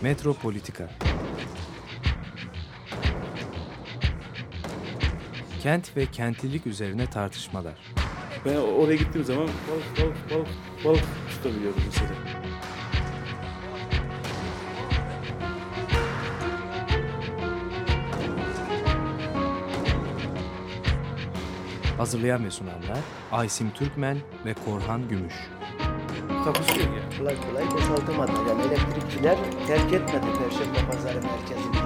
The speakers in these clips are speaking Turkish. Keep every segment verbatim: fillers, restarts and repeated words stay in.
Metropolitika. Kent ve kentlilik üzerine tartışmalar. Ben oraya gittiğim zaman balık balık balık balık tutabiliyordum mesela. Hazırlayan ve sunanlar Aysim Türkmen ve Korhan Gümüş. Takusuyor ya. Kolay kolay boşaltamadı. Yani elektrikçiler terk etmedi Perşembe Pazarı merkezini.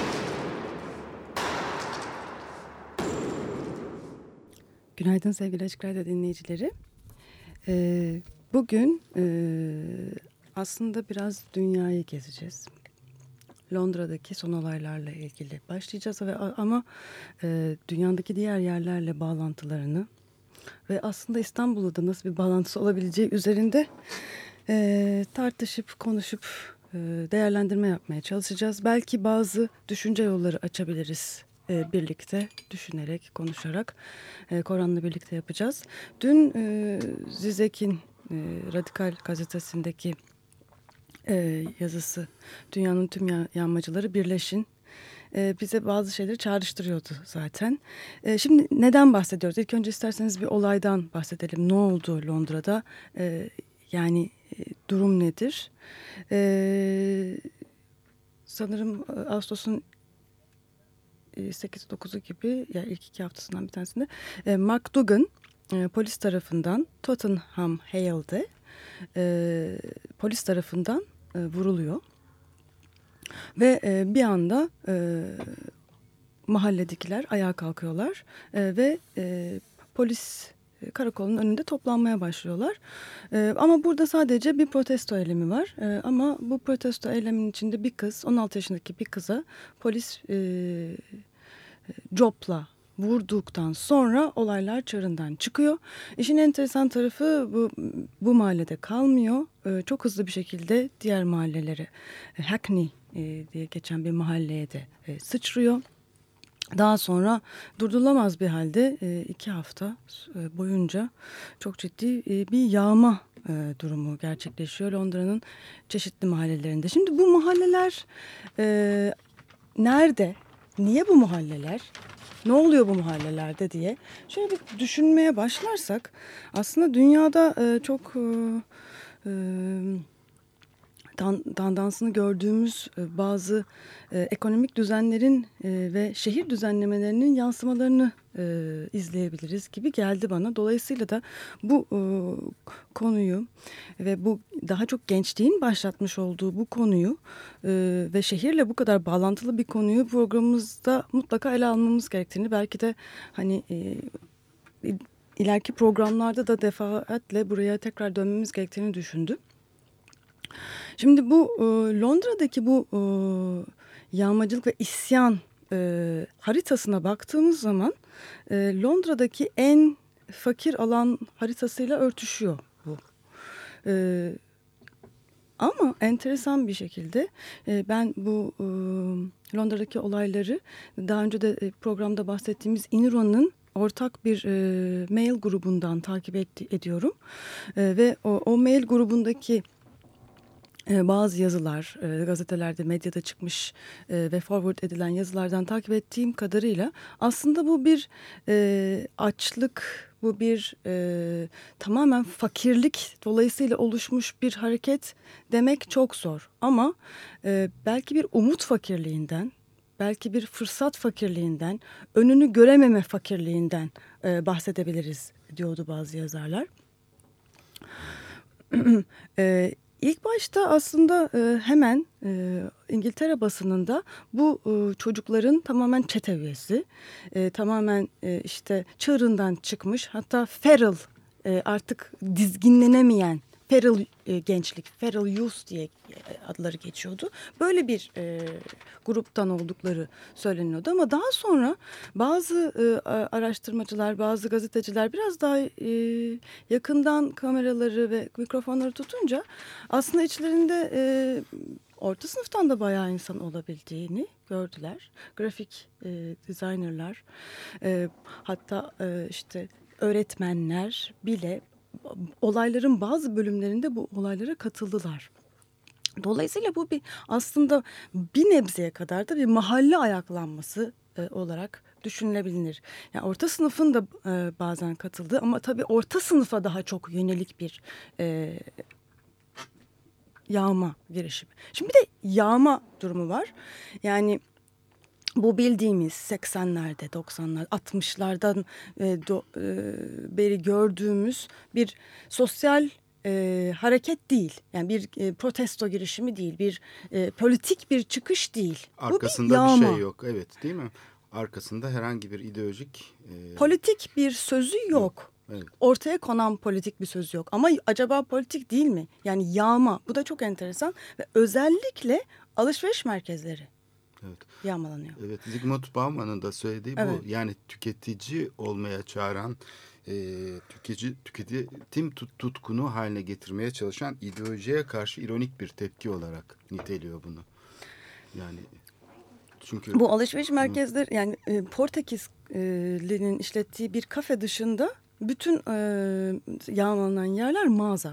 Günaydın sevgili Açık Radyo dinleyicileri. Ee, bugün e, aslında biraz dünyayı gezeceğiz. Londra'daki son olaylarla ilgili başlayacağız ve ama e, dünyadaki diğer yerlerle bağlantılarını ve aslında İstanbul'da da nasıl bir bağlantısı olabileceği üzerinde e, tartışıp konuşup e, değerlendirme yapmaya çalışacağız. Belki bazı düşünce yolları açabiliriz. Birlikte düşünerek, konuşarak e, Koran'la birlikte yapacağız. Dün e, Zizek'in e, Radikal gazetesindeki e, yazısı Dünyanın Tüm ya- Yağmacıları Birleşin e, bize bazı şeyleri çağrıştırıyordu zaten. E, şimdi neden bahsediyoruz? İlk önce isterseniz bir olaydan bahsedelim. Ne oldu Londra'da? E, yani e, durum nedir? E, sanırım Ağustos'un sekiz dokuzu gibi yani ilk iki haftasından bir tanesinde e, Mark Dugan e, polis tarafından Tottenham Hale'de e, polis tarafından e, vuruluyor ve e, bir anda e, mahalledekiler ayağa kalkıyorlar e, ve e, polis karakolun önünde toplanmaya başlıyorlar. Ee, ama burada sadece bir protesto eylemi var. Ee, ama bu protesto eyleminin içinde bir kız, on altı yaşındaki bir kıza polis e, copla vurduktan sonra olaylar çığırından çıkıyor. İşin enteresan tarafı bu, bu mahallede kalmıyor. Ee, çok hızlı bir şekilde diğer mahallelere, Hackney e, diye geçen bir mahalleye de e, sıçrıyor. Daha sonra durdurulamaz bir halde e, iki hafta e, boyunca çok ciddi e, bir yağma e, durumu gerçekleşiyor Londra'nın çeşitli mahallelerinde. Şimdi bu mahalleler e, nerede? Niye bu mahalleler? Ne oluyor bu mahallelerde diye şöyle bir düşünmeye başlarsak aslında dünyada e, çok e, e, tandansını gördüğümüz bazı e, ekonomik düzenlerin e, ve şehir düzenlemelerinin yansımalarını e, izleyebiliriz gibi geldi bana. Dolayısıyla da bu e, konuyu ve bu daha çok gençliğin başlatmış olduğu bu konuyu e, ve şehirle bu kadar bağlantılı bir konuyu programımızda mutlaka ele almamız gerektiğini belki de hani e, ileriki programlarda da defaatle buraya tekrar dönmemiz gerektiğini düşündüm. Şimdi bu e, Londra'daki bu e, yağmacılık ve isyan e, haritasına baktığımız zaman e, Londra'daki en fakir alan haritasıyla örtüşüyor bu. E, ama enteresan bir şekilde e, ben bu e, Londra'daki olayları daha önce de e, programda bahsettiğimiz İNRO'nun ortak bir e, mail grubundan takip et, ediyorum e, ve o, o mail grubundaki bazı yazılar, gazetelerde, medyada çıkmış ve forward edilen yazılardan takip ettiğim kadarıyla aslında bu bir e, açlık, bu bir e, tamamen fakirlik dolayısıyla oluşmuş bir hareket demek çok zor. Ama e, belki bir umut fakirliğinden, belki bir fırsat fakirliğinden, önünü görememe fakirliğinden e, bahsedebiliriz diyordu bazı yazarlar. e, İlk başta aslında e, hemen e, İngiltere basınında bu e, çocukların tamamen çete üyesi, e, tamamen e, işte çığırından çıkmış, hatta feral e, artık dizginlenemeyen feral e, gençlik, feral youth diye adları geçiyordu. Böyle bir e, gruptan oldukları söyleniyordu ama daha sonra bazı e, araştırmacılar, bazı gazeteciler biraz daha e, yakından kameraları ve mikrofonları tutunca aslında içlerinde e, orta sınıftan da bayağı insan olabildiğini gördüler. Grafik e, designerlar, e, hatta e, işte öğretmenler bile olayların bazı bölümlerinde bu olaylara katıldılar. Dolayısıyla bu bir aslında bir nebzeye kadar da bir mahalle ayaklanması e, olarak düşünülebilir. Yani orta sınıfın da e, bazen katıldığı ama tabii orta sınıfa daha çok yönelik bir e, yağma girişimi. Şimdi bir de yağma durumu var. Yani bu bildiğimiz seksenlerde, doksanlarda, altmışlardan e, do, e, beri gördüğümüz bir sosyal e, hareket değil. Yani bir e, protesto girişimi değil, bir e, politik bir çıkış değil. Arkasında bu bir yağma. bir şey yok, evet, değil mi? Arkasında herhangi bir ideolojik... E... Politik bir sözü yok. Evet. Ortaya konan politik bir söz yok. Ama acaba politik değil mi? Yani yağma. Bu da çok enteresan. Ve özellikle alışveriş merkezleri. Evet. Yağmalanıyor. Evet, Zygmunt Bauman'ın da söylediği evet. bu. Yani tüketici olmaya çağıran, e, tüketici tüketim tut, tutkunu haline getirmeye çalışan ideolojiye karşı ironik bir tepki olarak niteliyor bunu. Yani çünkü bu alışveriş merkezleri, yani e, Portekizli'nin işlettiği bir kafe dışında bütün e, yağmalanan yerler mağaza.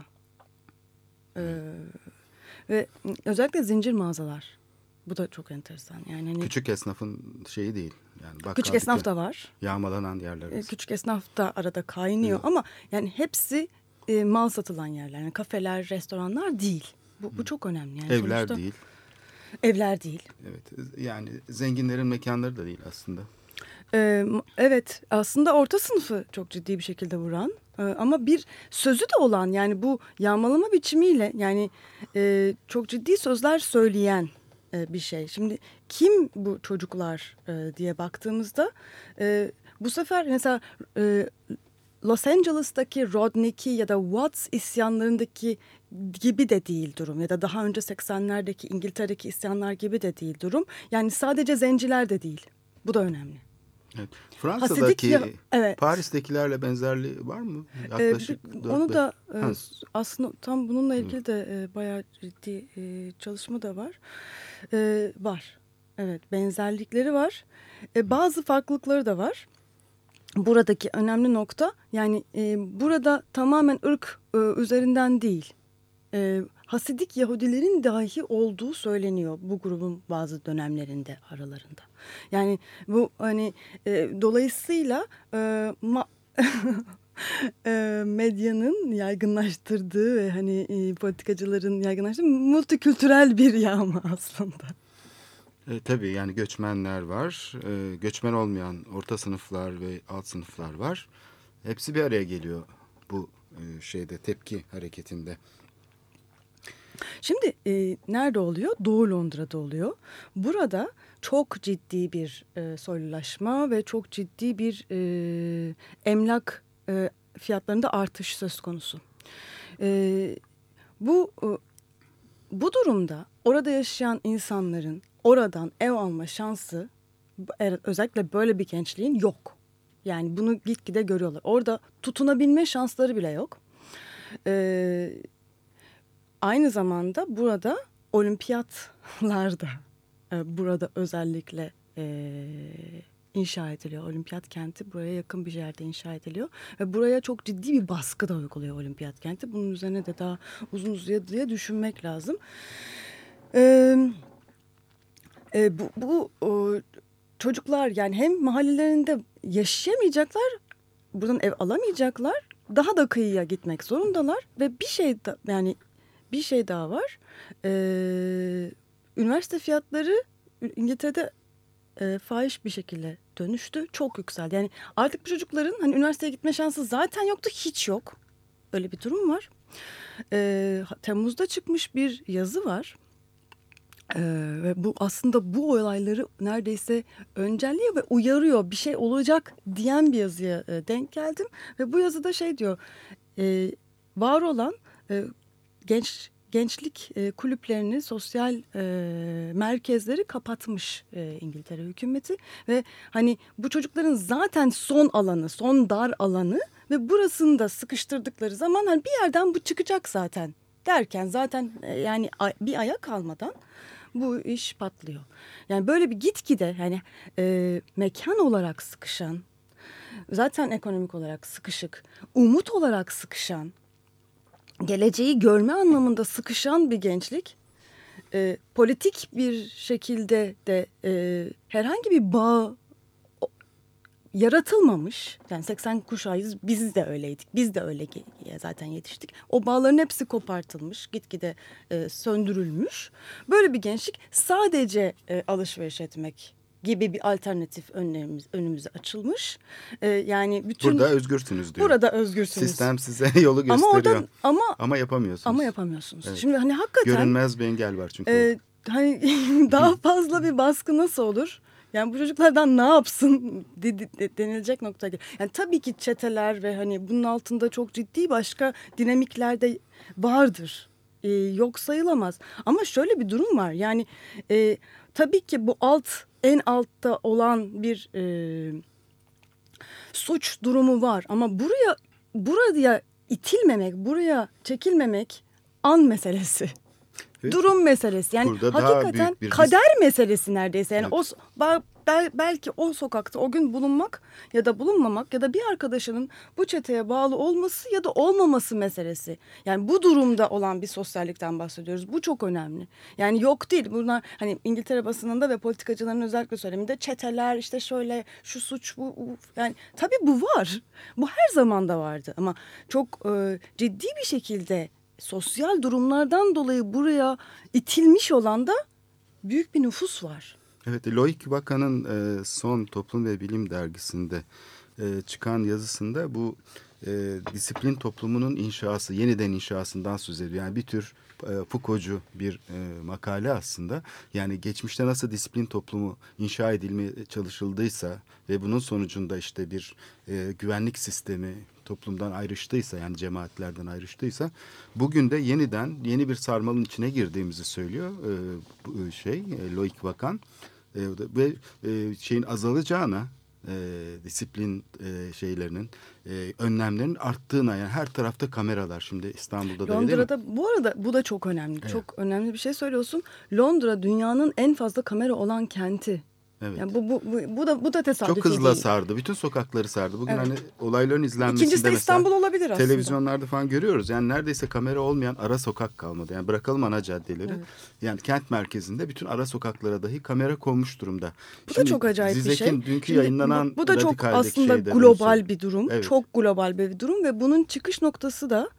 E, ve özellikle zincir mağazalar. Bu da çok enteresan. Yani hani, küçük esnafın şeyi değil. Yani bakkal, küçük esnaf da var. Yağmalanan yerler. E, küçük esnaf da arada kaynıyor. Evet. Ama yani hepsi e, mal satılan yerler. Yani kafeler, restoranlar değil. Bu, bu çok önemli. Yani evler sonuçta, değil. Evler değil. Evet, yani zenginlerin mekanları da değil aslında. Ee, evet, aslında orta sınıfı çok ciddi bir şekilde vuran ee, ama bir sözü de olan, yani bu yağmalama biçimiyle yani e, çok ciddi sözler söyleyen e, bir şey. Şimdi kim bu çocuklar e, diye baktığımızda e, bu sefer mesela e, Los Angeles'taki Rodney'ki ya da Watts isyanlarındaki gibi de değil durum. Ya da daha önce seksenlerdeki İngiltere'deki isyanlar gibi de değil durum. Yani sadece zenciler de değil. Bu da önemli. Evet. Fransa'daki, ya, evet. Paris'tekilerle benzerliği var mı? Yaklaşık ee, onu da e, aslında tam bununla ilgili de e, bayağı ciddi e, çalışma da var. E, var. Evet, benzerlikleri var. E, bazı farklılıkları da var. Buradaki önemli nokta, yani e, burada tamamen ırk e, üzerinden değil. E, Hasidik Yahudilerin dahi olduğu söyleniyor bu grubun bazı dönemlerinde aralarında. Yani bu hani e, dolayısıyla e, ma e, medyanın yaygınlaştırdığı ve hani e, politikacıların yaygınlaştırdığı multikültürel bir yağma aslında. E, tabii yani göçmenler var, e, göçmen olmayan orta sınıflar ve alt sınıflar var. Hepsi bir araya geliyor bu e, şeyde, tepki hareketinde. Şimdi e, nerede oluyor? Doğu Londra'da oluyor. Burada çok ciddi bir e, soylulaşma ve çok ciddi bir e, emlak e, fiyatlarında artış söz konusu. E, bu e, bu durumda orada yaşayan insanların oradan ev alma şansı, özellikle böyle bir gençliğin yok. Yani bunu gitgide görüyorlar. Orada tutunabilme şansları bile yok. Evet. Aynı zamanda burada olimpiyatlarda e, burada özellikle e, inşa ediliyor. Olimpiyat kenti buraya yakın bir yerde inşa ediliyor. Ve buraya çok ciddi bir baskı da uyguluyor olimpiyat kenti. Bunun üzerine de daha uzun uzadıya düşünmek lazım. E, e, bu bu o, çocuklar yani hem mahallelerinde yaşayamayacaklar, buradan ev alamayacaklar. Daha da kıyıya gitmek zorundalar ve bir şey da, yani bir şey daha var. Ee, üniversite fiyatları İngiltere'de e, fahiş bir şekilde dönüştü. Çok yükseldi. Yani artık bu çocukların hani üniversiteye gitme şansı zaten yoktu. Hiç yok. Öyle bir durum var. Ee, Temmuz'da çıkmış bir yazı var. Ee, ve bu aslında bu olayları neredeyse öncelliyor ve uyarıyor. Bir şey olacak diyen bir yazıya e, denk geldim. Ve bu yazıda şey diyor. E, var olan... E, Genç gençlik e, kulüplerini, sosyal e, merkezleri kapatmış e, İngiltere hükümeti ve hani bu çocukların zaten son alanı, son dar alanı ve burasını da sıkıştırdıkları zaman hani bir yerden bu çıkacak zaten derken zaten e, yani a, bir aya kalmadan bu iş patlıyor. Yani böyle bir gitgide yani e, mekan olarak sıkışan, zaten ekonomik olarak sıkışık, umut olarak sıkışan, geleceği görme anlamında sıkışan bir gençlik e, politik bir şekilde de e, herhangi bir bağ o- yaratılmamış. Yani seksen kuşağıyız, biz de öyleydik, biz de öyle ge- zaten yetiştik. O bağların hepsi kopartılmış, gitgide e, söndürülmüş. Böyle bir gençlik sadece e, alışveriş etmek gibi bir alternatif önlerimiz, önümüze açılmış. E, yani bütün Burada özgürsünüz diyor. burada özgürsünüz. Sistem size yolu gösteriyor. Ama orada ama Ama yapamıyorsunuz. ama yapamıyorsunuz. Evet. Şimdi hani hakikaten Görünmez bir engel var çünkü. e, hani daha fazla bir baskı nasıl olur? Yani bu çocuklardan ne yapsın de- de- denilecek noktaya geliyor. Yani tabii ki çeteler ve hani bunun altında çok ciddi başka dinamikler de vardır. E, yok sayılamaz. Ama şöyle bir durum var. Yani e, tabii ki bu alt en altta olan bir e, suç durumu var. Ama buraya buraya itilmemek, buraya çekilmemek an meselesi. Evet. Durum meselesi. Yani Burada daha hakikaten büyük bir kader meselesi neredeyse. Yani Evet. o bel- bel- belki o sokakta o gün bulunmak ya da bulunmamak ya da bir arkadaşının bu çeteye bağlı olması ya da olmaması meselesi. Yani bu durumda olan bir sosyallikten bahsediyoruz. Bu çok önemli. Yani yok değil. Bunlar hani İngiltere basınında ve politikacıların özellikle söyleminde çeteler işte şöyle şu suç bu, bu. Yani tabii bu var. Bu her zaman da vardı ama çok e, ciddi bir şekilde sosyal durumlardan dolayı buraya itilmiş olan da büyük bir nüfus var. Evet, Loic Waca'nın e, son Toplum ve Bilim dergisinde e, çıkan yazısında bu e, disiplin toplumunun inşası, yeniden inşasından söz ediyor. Yani bir tür e, Foucault'cu bir e, makale aslında. Yani geçmişte nasıl disiplin toplumu inşa edilmeye çalışıldıysa ve bunun sonucunda işte bir e, güvenlik sistemi toplumdan ayrıştıysa, yani cemaatlerden ayrıştıysa, bugün de yeniden yeni bir sarmalın içine girdiğimizi söylüyor e, bu şey e, Loic Wacan. E, ve e, şeyin azalacağına, e, disiplin e, şeylerinin, e, önlemlerin arttığına, yani her tarafta kameralar, şimdi İstanbul'da da öyle değil mi? Londra'da bu arada bu da çok önemli. Evet. Çok önemli bir şey söylüyorsun. Londra dünyanın en fazla kamera olan kenti. Evet. Yani bu, bu, bu, bu da bu da tesadüfi Çok hızla değil. sardı. Bütün sokakları sardı. Bugün Evet. hani olayların izlenmesinde İkincisi de mesela İstanbul olabilir aslında. televizyonlarda falan görüyoruz. Yani neredeyse kamera olmayan ara sokak kalmadı. Yani bırakalım ana caddeleri. Evet. Yani kent merkezinde bütün ara sokaklara dahi kamera konmuş durumda. Bu da çok acayip bir şey. Zizek'in dünkü Şimdi yayınlanan bu, bu da çok Radikal'deki aslında şeyde bunu global söylüyor. bir durum. Evet. Çok global bir durum ve bunun çıkış noktası da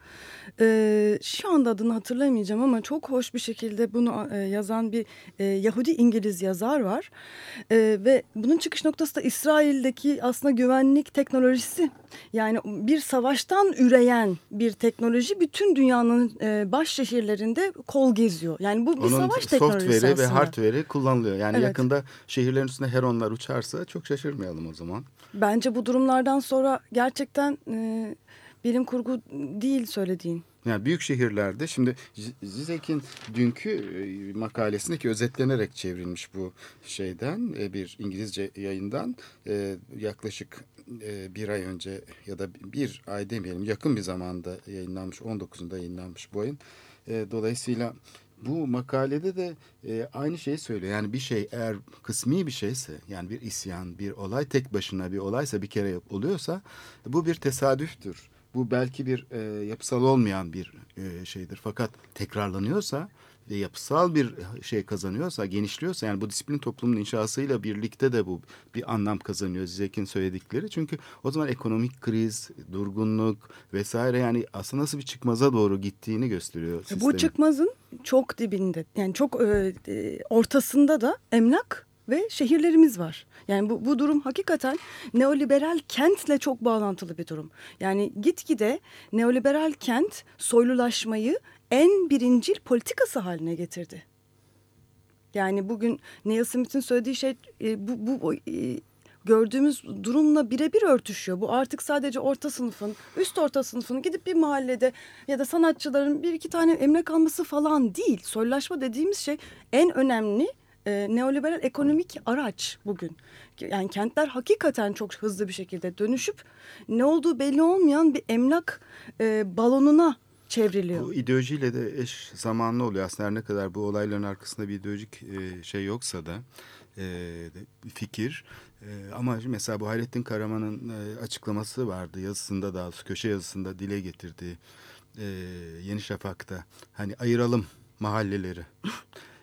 e, şu anda adını hatırlamayacağım ama çok hoş bir şekilde bunu e, yazan bir e, Yahudi İngiliz yazar var. E, ve bunun çıkış noktası da İsrail'deki aslında güvenlik teknolojisi. Yani bir savaştan üreyen bir teknoloji bütün dünyanın e, baş şehirlerinde kol geziyor. Yani bu bir Onun savaş teknolojisi software'i aslında. ve hardware'i kullanılıyor. Yani Evet. yakında şehirlerin üstünde heronlar uçarsa çok şaşırmayalım o zaman. Bence bu durumlardan sonra gerçekten e, bilim kurgu değil söylediğin. Yani büyük şehirlerde şimdi Zizek'in dünkü e, makalesindeki özetlenerek çevrilmiş bu şeyden, e, bir İngilizce yayından, e, yaklaşık e, bir ay önce ya da bir ay demeyelim, yakın bir zamanda yayınlanmış, on dokuzunda yayınlanmış bu ayın. E, dolayısıyla bu makalede de e, aynı şeyi söylüyor. Yani bir şey eğer kısmi bir şeyse, yani bir isyan, bir olay tek başına bir olaysa, bir kere oluyorsa, bu bir tesadüftür. Bu belki bir e, yapısal olmayan bir e, şeydir. Fakat tekrarlanıyorsa ve yapısal bir şey kazanıyorsa, genişliyorsa, yani bu disiplin toplumunun inşasıyla birlikte de bu bir anlam kazanıyor Zizek'in söyledikleri. Çünkü o zaman ekonomik kriz, durgunluk vesaire, yani aslında nasıl bir çıkmaza doğru gittiğini gösteriyor sistemin. Bu çıkmazın çok dibinde, yani çok e, e, ortasında da emlak ve şehirlerimiz var. Yani bu, bu durum hakikaten neoliberal kentle çok bağlantılı bir durum. Yani gitgide neoliberal kent soylulaşmayı en birincil politikası haline getirdi. Yani bugün Neil Smith'in söylediği şey e, bu, bu e, gördüğümüz durumla birebir örtüşüyor. Bu artık sadece orta sınıfın, üst orta sınıfın gidip bir mahallede ya da sanatçıların bir iki tane emlak alması falan değil. Soylulaşma dediğimiz şey en önemli e, neoliberal ekonomik araç bugün. Yani kentler hakikaten çok hızlı bir şekilde dönüşüp ne olduğu belli olmayan bir emlak e, balonuna çevriliyor. Bu ideolojiyle de eş zamanlı oluyor. Aslında her ne kadar bu olayların arkasında bir ideolojik e, şey yoksa da, e, fikir. E, ama mesela bu Hayrettin Karaman'ın e, açıklaması vardı yazısında, da köşe yazısında dile getirdiği, e, Yeni Şafak'ta. Hani ayıralım mahalleleri.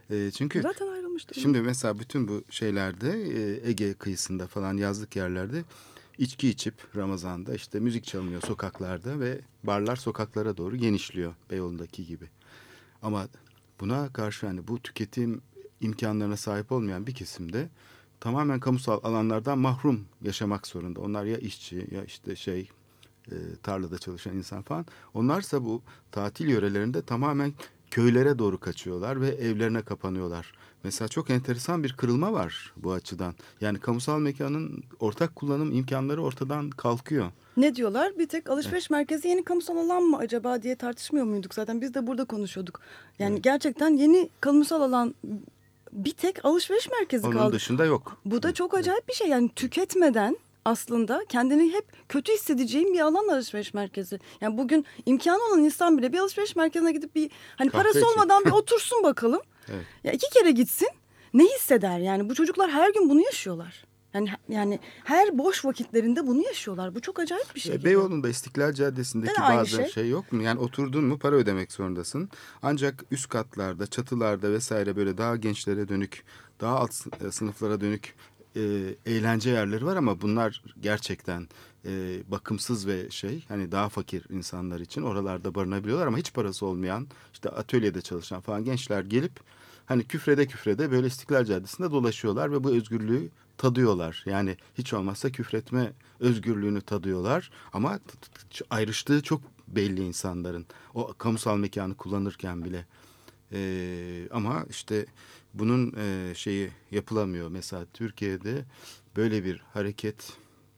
E, çünkü Zaten ayrılmıştı. şimdi mesela bütün bu şeylerde e, Ege kıyısında falan yazlık yerlerde içki içip Ramazan'da işte müzik çalınıyor sokaklarda ve barlar sokaklara doğru genişliyor Beyoğlu'ndaki gibi. Ama buna karşı hani bu tüketim imkanlarına sahip olmayan bir kesimde tamamen kamusal alanlardan mahrum yaşamak zorunda. Onlar ya işçi ya işte şey e, tarlada çalışan insan falan. Onlarsa bu tatil yörelerinde tamamen köylere doğru kaçıyorlar ve evlerine kapanıyorlar. Mesela çok enteresan bir kırılma var bu açıdan. Yani kamusal mekanın ortak kullanım imkanları ortadan kalkıyor. Ne diyorlar? Bir tek alışveriş merkezi yeni kamusal alan mı acaba diye tartışmıyor muyduk? Zaten biz de burada konuşuyorduk. Yani Evet. gerçekten yeni kamusal alan bir tek alışveriş merkezi Onun kaldı. dışında yok. Bu da çok acayip bir şey. Yani tüketmeden aslında kendini hep kötü hissedeceğin bir alan alışveriş merkezi. Yani bugün imkanı olan insan bile bir alışveriş merkezine gidip bir hani Kahve parası için. olmadan bir otursun bakalım. Evet. Ya iki kere gitsin. Ne hisseder yani? Bu çocuklar her gün bunu yaşıyorlar. Yani yani her boş vakitlerinde bunu yaşıyorlar. Bu çok acayip bir şey. E, Beyoğlu'nda İstiklal Caddesi'ndeki De aynı bazı şey. şey yok mu? Yani oturdun mu para ödemek zorundasın. Ancak üst katlarda, çatılarda vesaire böyle daha gençlere dönük, daha alt sı- e, sınıflara dönük e, eğlence yerleri var ama bunlar gerçekten e, bakımsız ve şey hani daha fakir insanlar için oralarda barınabiliyorlar ama hiç parası olmayan işte atölyede çalışan falan gençler gelip hani küfrede küfrede böyle İstiklal Caddesi'nde dolaşıyorlar ve bu özgürlüğü tadıyorlar. Yani hiç olmazsa küfretme özgürlüğünü tadıyorlar ama t- t- t- ayrıştığı çok belli insanların o kamusal mekanı kullanırken bile. Ee, ama işte bunun e, şeyi yapılamıyor. Mesela Türkiye'de böyle bir hareket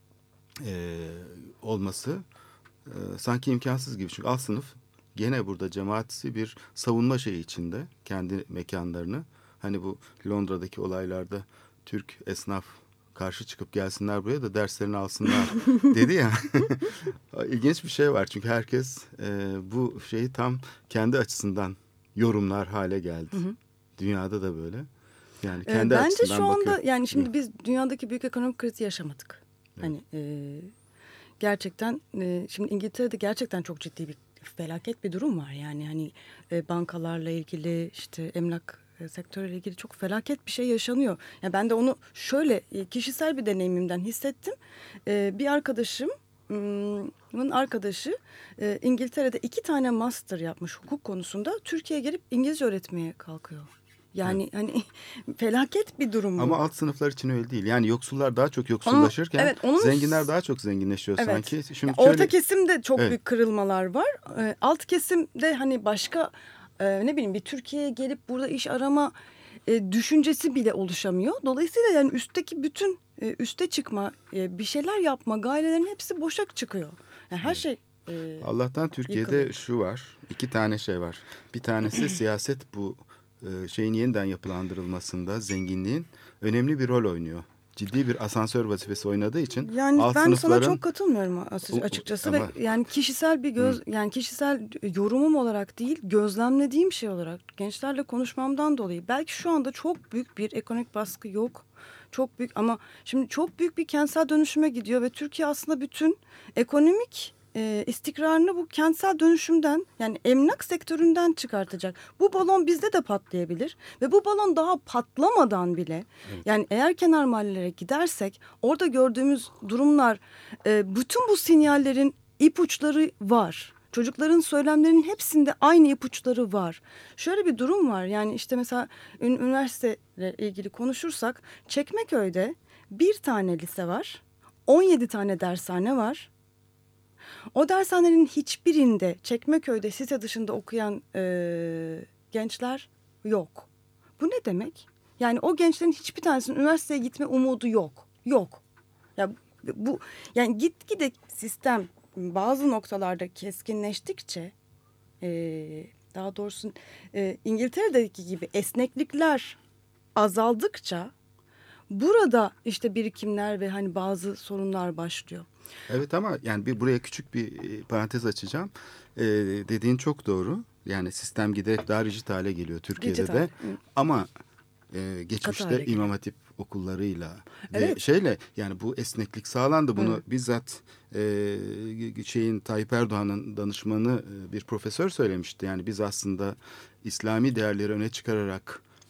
e, olması e, sanki imkansız gibi. Çünkü alt sınıf gene burada cemaatisi bir savunma şeyi içinde kendi mekanlarını. Hani bu Londra'daki olaylarda Türk esnaf karşı çıkıp gelsinler buraya da derslerini alsınlar dedi ya. İlginç bir şey var çünkü herkes e, bu şeyi tam kendi açısından yorumlar hale geldi. Hı hı. Dünyada da böyle. Yani Ee, kendi bence açısından şu anda bakıyor. yani şimdi biz dünyadaki büyük ekonomik krizi yaşamadık. Evet. Hani e, gerçekten e, şimdi İngiltere'de gerçekten çok ciddi bir felaket bir durum var. Yani hani e, bankalarla ilgili işte emlak e, sektörüyle ilgili çok felaket bir şey yaşanıyor. Yani ben de onu şöyle e, kişisel bir deneyimimden hissettim. E, bir arkadaşım Bunun arkadaşı e, İngiltere'de iki tane master yapmış hukuk konusunda Türkiye'ye gelip İngilizce öğretmeye kalkıyor. Yani hani felaket bir durum bu. Ama alt sınıflar için öyle değil. Yani yoksullar daha çok yoksullaşırken Onun- evet, onun- zenginler daha çok zenginleşiyor Evet. sanki. Şimdi Ya orta şöyle- kesimde çok Evet. büyük kırılmalar var. E, alt kesimde hani başka e, ne bileyim bir Türkiye'ye gelip burada iş arama e, düşüncesi bile oluşamıyor. Dolayısıyla yani üstteki bütün e, üste çıkma, e, bir şeyler yapma gayrelerinin hepsi boşa çıkıyor. Yani her şey e, Allah'tan Türkiye'de yıkılıyor. şu var. İki tane şey var. Bir tanesi siyaset bu e, şeyin yeniden yapılandırılmasında zenginliğin önemli bir rol oynuyor. Ciddi bir asansör vazifesi oynadığı için Yani alt ben sınıfların sana çok katılmıyorum as- O- o- açıkçası ama- ve yani kişisel bir göz yani kişisel yorumum olarak değil gözlemlediğim şey olarak gençlerle konuşmamdan dolayı belki şu anda çok büyük bir ekonomik baskı yok. Çok büyük ama şimdi çok büyük bir kentsel dönüşüme gidiyor ve Türkiye aslında bütün ekonomik e, istikrarını bu kentsel dönüşümden yani emlak sektöründen çıkartacak. Bu balon bizde de patlayabilir ve bu balon daha patlamadan bile yani eğer kenar mahallelere gidersek orada gördüğümüz durumlar e, bütün bu sinyallerin ipuçları var. Çocukların söylemlerinin hepsinde aynı ipuçları var. Şöyle bir durum var yani işte mesela ün- üniversiteyle ilgili konuşursak Çekmeköy'de bir tane lise var, on yedi tane dershane var. O dershanelerin hiçbirinde Çekmeköy'de site dışında okuyan e, gençler yok. Bu ne demek? Yani o gençlerin hiçbir tanesinin üniversiteye gitme umudu yok. Yok. Ya bu yani gitgide sistem bazı noktalarda keskinleştikçe e, daha doğrusu e, İngiltere'deki gibi esneklikler azaldıkça burada işte birikimler ve hani bazı sorunlar başlıyor. Evet ama yani bir buraya küçük bir e, parantez açacağım. Ee, dediğin çok doğru. Yani sistem giderek daha rigid hale geliyor Türkiye'de Rigid de. hale, hı. Ama e, hale geçmişte geliyor. İmam Hatip okullarıyla ve Evet. şeyle yani bu esneklik sağlandı. Bunu Evet. bizzat e, şeyin Tayyip Erdoğan'ın danışmanı e, bir profesör söylemişti. Yani biz aslında İslami değerleri öne çıkararak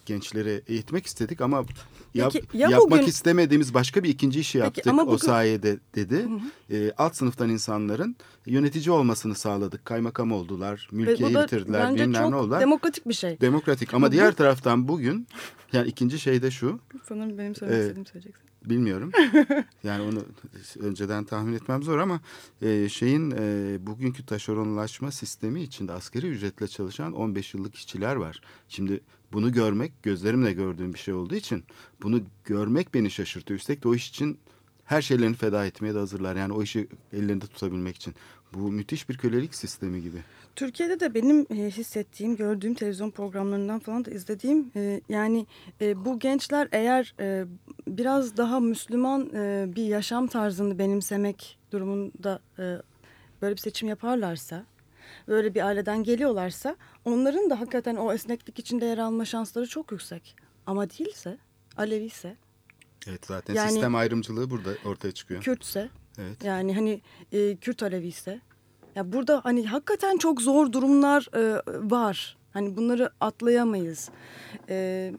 gençleri eğitmek istedik ama yap, Peki, ya yapmak bugün... istemediğimiz başka bir ikinci işi yaptık Peki, o bugün... sayede dedi. Hı hı. E, alt sınıftan insanların yönetici olmasını sağladık. Kaymakam oldular, mülkiyeyi bitirdiler, bilmem ne oldular. Demokratik bir şey. Demokratik ama, ama diğer bu... taraftan bugün yani ikinci şey de şu. Sanırım benim söylemek e, istediğimi söyleyeceksin. Bilmiyorum. Yani onu önceden tahmin etmem zor ama e, şeyin e, bugünkü taşeronlaşma sistemi içinde asgari ücretle çalışan on beş yıllık işçiler var. Şimdi bunu görmek gözlerimle gördüğüm bir şey olduğu için bunu görmek beni şaşırtıyor. Üstelik de o iş için her şeylerini feda etmeye de hazırlar. Yani o işi ellerinde tutabilmek için. Bu müthiş bir kölelik sistemi gibi. Türkiye'de de benim e, hissettiğim, gördüğüm televizyon programlarından falan da izlediğim e, yani e, bu gençler eğer e, biraz daha Müslüman e, bir yaşam tarzını benimsemek durumunda e, böyle bir seçim yaparlarsa, böyle bir aileden geliyorlarsa onların da hakikaten o esneklik içinde yer alma şansları çok yüksek. Ama değilse, Alevi ise. Evet, zaten yani, sistem ayrımcılığı burada ortaya çıkıyor. Kürtse, evet. Yani hani e, Kürt Alevi ise. Ya burada hani hakikaten çok zor durumlar e, var. Hani bunları atlayamayız. E,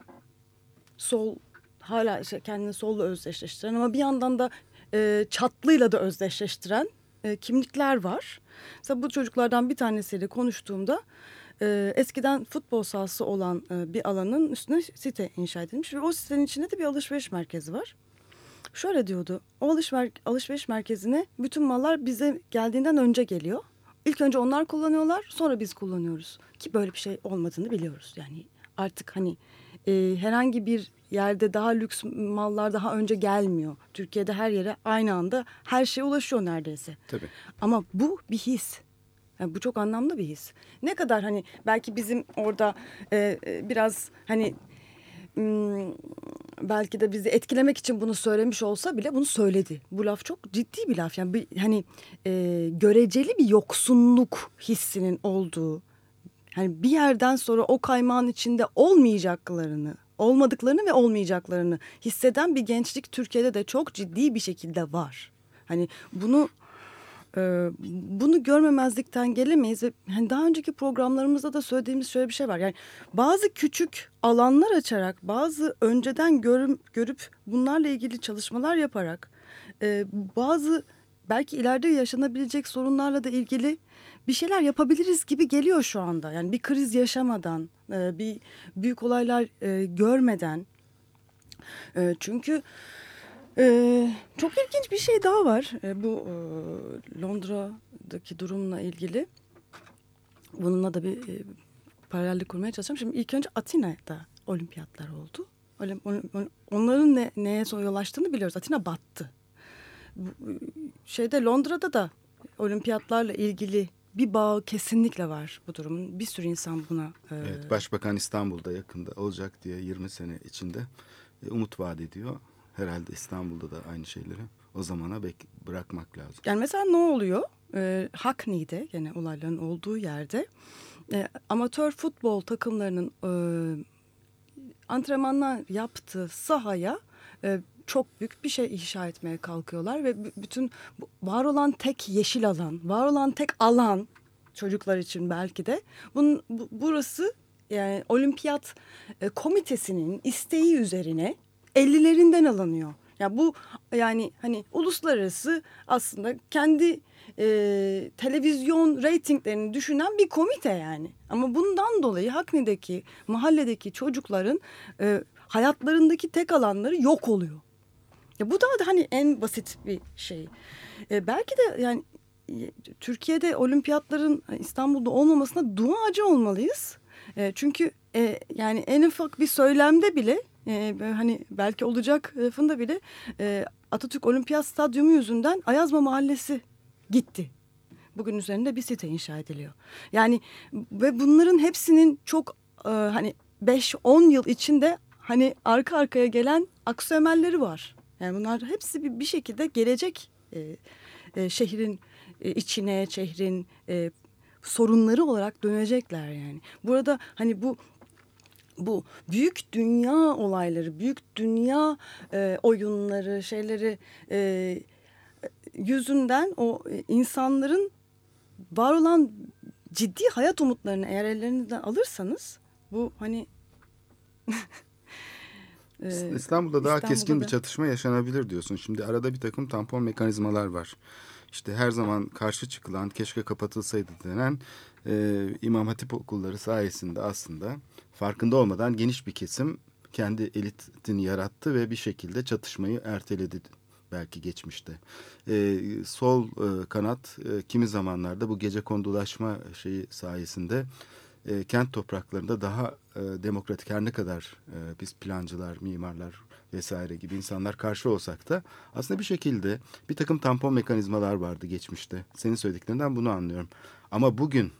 sol hala işte kendini solla özdeşleştiren ama bir yandan da e, çatlıyla da özdeşleştiren e, kimlikler var. Mesela bu çocuklardan bir tanesiyle konuştuğumda e, eskiden futbol sahası olan e, bir alanın üstüne site inşa edilmiş ve o sitenin içinde de bir alışveriş merkezi var. Şöyle diyordu, o alışver- alışveriş merkezine bütün mallar bize geldiğinden önce geliyor. İlk önce onlar kullanıyorlar, sonra biz kullanıyoruz. Ki böyle bir şey olmadığını biliyoruz. Yani artık hani e, herhangi bir yerde daha lüks mallar daha önce gelmiyor. Türkiye'de her yere aynı anda her şeye ulaşıyor neredeyse. Tabii. Ama bu bir his. Yani bu çok anlamlı bir his. Ne kadar hani belki bizim orada e, e, biraz hani... Hmm, belki de bizi etkilemek için bunu söylemiş olsa bile bunu söyledi. Bu laf çok ciddi bir laf. Yani bir, hani e, göreceli bir yoksunluk hissinin olduğu. Hani bir yerden sonra o kaymağın içinde olmayacaklarını, olmadıklarını ve olmayacaklarını hisseden bir gençlik Türkiye'de de çok ciddi bir şekilde var. Hani bunu e, bunu görmemezlikten gelemeyiz ve hani daha önceki programlarımızda da söylediğimiz şöyle bir şey var. Yani bazı küçük alanlar açarak, bazı önceden görüp, görüp bunlarla ilgili çalışmalar yaparak, e, bazı belki ileride yaşanabilecek sorunlarla da ilgili bir şeyler yapabiliriz gibi geliyor şu anda. Yani bir kriz yaşamadan, e, bir büyük olaylar e, görmeden. E, çünkü Ee, çok ilginç bir şey daha var. Ee, bu e, Londra'daki durumla ilgili. Bununla da bir e, paralellik kurmaya çalışacağım. Şimdi ilk önce Atina'da olimpiyatlar oldu. Olim, olim, onların ne, neye yol açtığını biliyoruz. Atina battı. Bu, şeyde Londra'da da olimpiyatlarla ilgili bir bağ kesinlikle var bu durumun. Bir sürü insan buna... E, evet, Başbakan İstanbul'da yakında olacak diye yirmi sene içinde e, umut vaat ediyor. Herhalde İstanbul'da da aynı şeyleri o zamana bek- bırakmak lazım. Yani mesela ne oluyor? Ee, Hackney'de gene olayların olduğu yerde e, amatör futbol takımlarının e, antrenmanlar yaptığı sahaya e, çok büyük bir şey inşa etmeye kalkıyorlar ve b- bütün var olan tek yeşil alan, var olan tek alan çocuklar için belki de bunun bu, burası yani olimpiyat e, komitesinin isteği üzerine ellilerinden alınıyor. Ya bu yani hani uluslararası aslında kendi e, televizyon reytinglerini düşünen bir komite yani. Ama bundan dolayı Hackney'deki mahalledeki çocukların e, hayatlarındaki tek alanları yok oluyor. Ya bu da hani en basit bir şey. E, belki de yani e, Türkiye'de olimpiyatların İstanbul'da olmamasına duacı olmalıyız. E, çünkü e, yani en ufak bir söylemde bile Ee, hani belki olacak lafında bile e, Atatürk Olimpiyat Stadyumu yüzünden Ayazma Mahallesi gitti. Bugün üzerinde bir site inşa ediliyor. Yani ve bunların hepsinin çok e, hani beş on yıl içinde hani arka arkaya gelen aksiyomelleri var. Yani bunlar hepsi bir, bir şekilde gelecek e, e, şehrin e, içine, şehrin e, sorunları olarak dönecekler yani. Burada hani bu Bu büyük dünya olayları, büyük dünya e, oyunları, şeyleri e, yüzünden o e, insanların var olan ciddi hayat umutlarını eğer ellerinizden alırsanız bu hani Ee, İstanbul'da daha İstanbul'da keskin da... bir çatışma yaşanabilir diyorsun. Şimdi arada bir takım tampon mekanizmalar var. İşte her zaman karşı çıkılan, keşke kapatılsaydı denen e, İmam Hatip okulları sayesinde aslında farkında olmadan geniş bir kesim kendi elitini yarattı ve bir şekilde çatışmayı erteledi belki geçmişte. E, sol e, kanat e, kimi zamanlarda bu gecekondulaşma şeyi sayesinde e, kent topraklarında daha e, demokratik, her ne kadar e, biz plancılar, mimarlar vesaire gibi insanlar karşı olsak da aslında bir şekilde bir takım tampon mekanizmalar vardı geçmişte. Senin söylediklerinden bunu anlıyorum. Ama bugün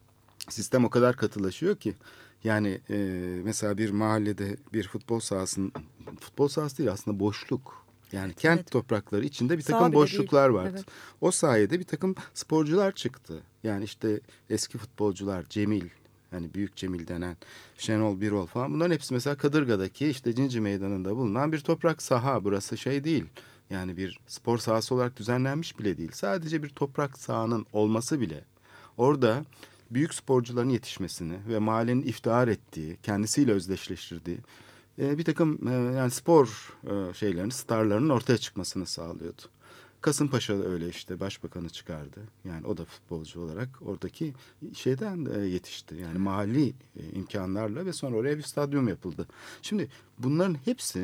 sistem o kadar katılaşıyor ki yani e, mesela bir mahallede bir futbol sahasının, futbol sahası değil aslında boşluk. Yani kent Evet. toprakları içinde bir Sağ takım bile boşluklar değil. vardı. Evet. O sayede bir takım sporcular çıktı. Yani işte eski futbolcular, Cemil, hani Büyük Cemil denen, Şenol Birol falan, bunların hepsi mesela Kadırga'daki işte Cinci Meydanı'nda bulunan bir toprak saha. Burası şey değil. Yani bir spor sahası olarak düzenlenmiş bile değil. Sadece bir toprak sahanın olması bile orada büyük sporcuların yetişmesini ve mahallenin iftihar ettiği, kendisiyle özdeşleştirdiği e, bir takım e, yani spor e, şeylerin, starlarının ortaya çıkmasını sağlıyordu. Kasımpaşa öyle işte, başbakanı çıkardı. Yani o da futbolcu olarak oradaki şeyden e, yetişti. Yani mahalli e, imkanlarla ve sonra oraya bir stadyum yapıldı. Şimdi bunların hepsi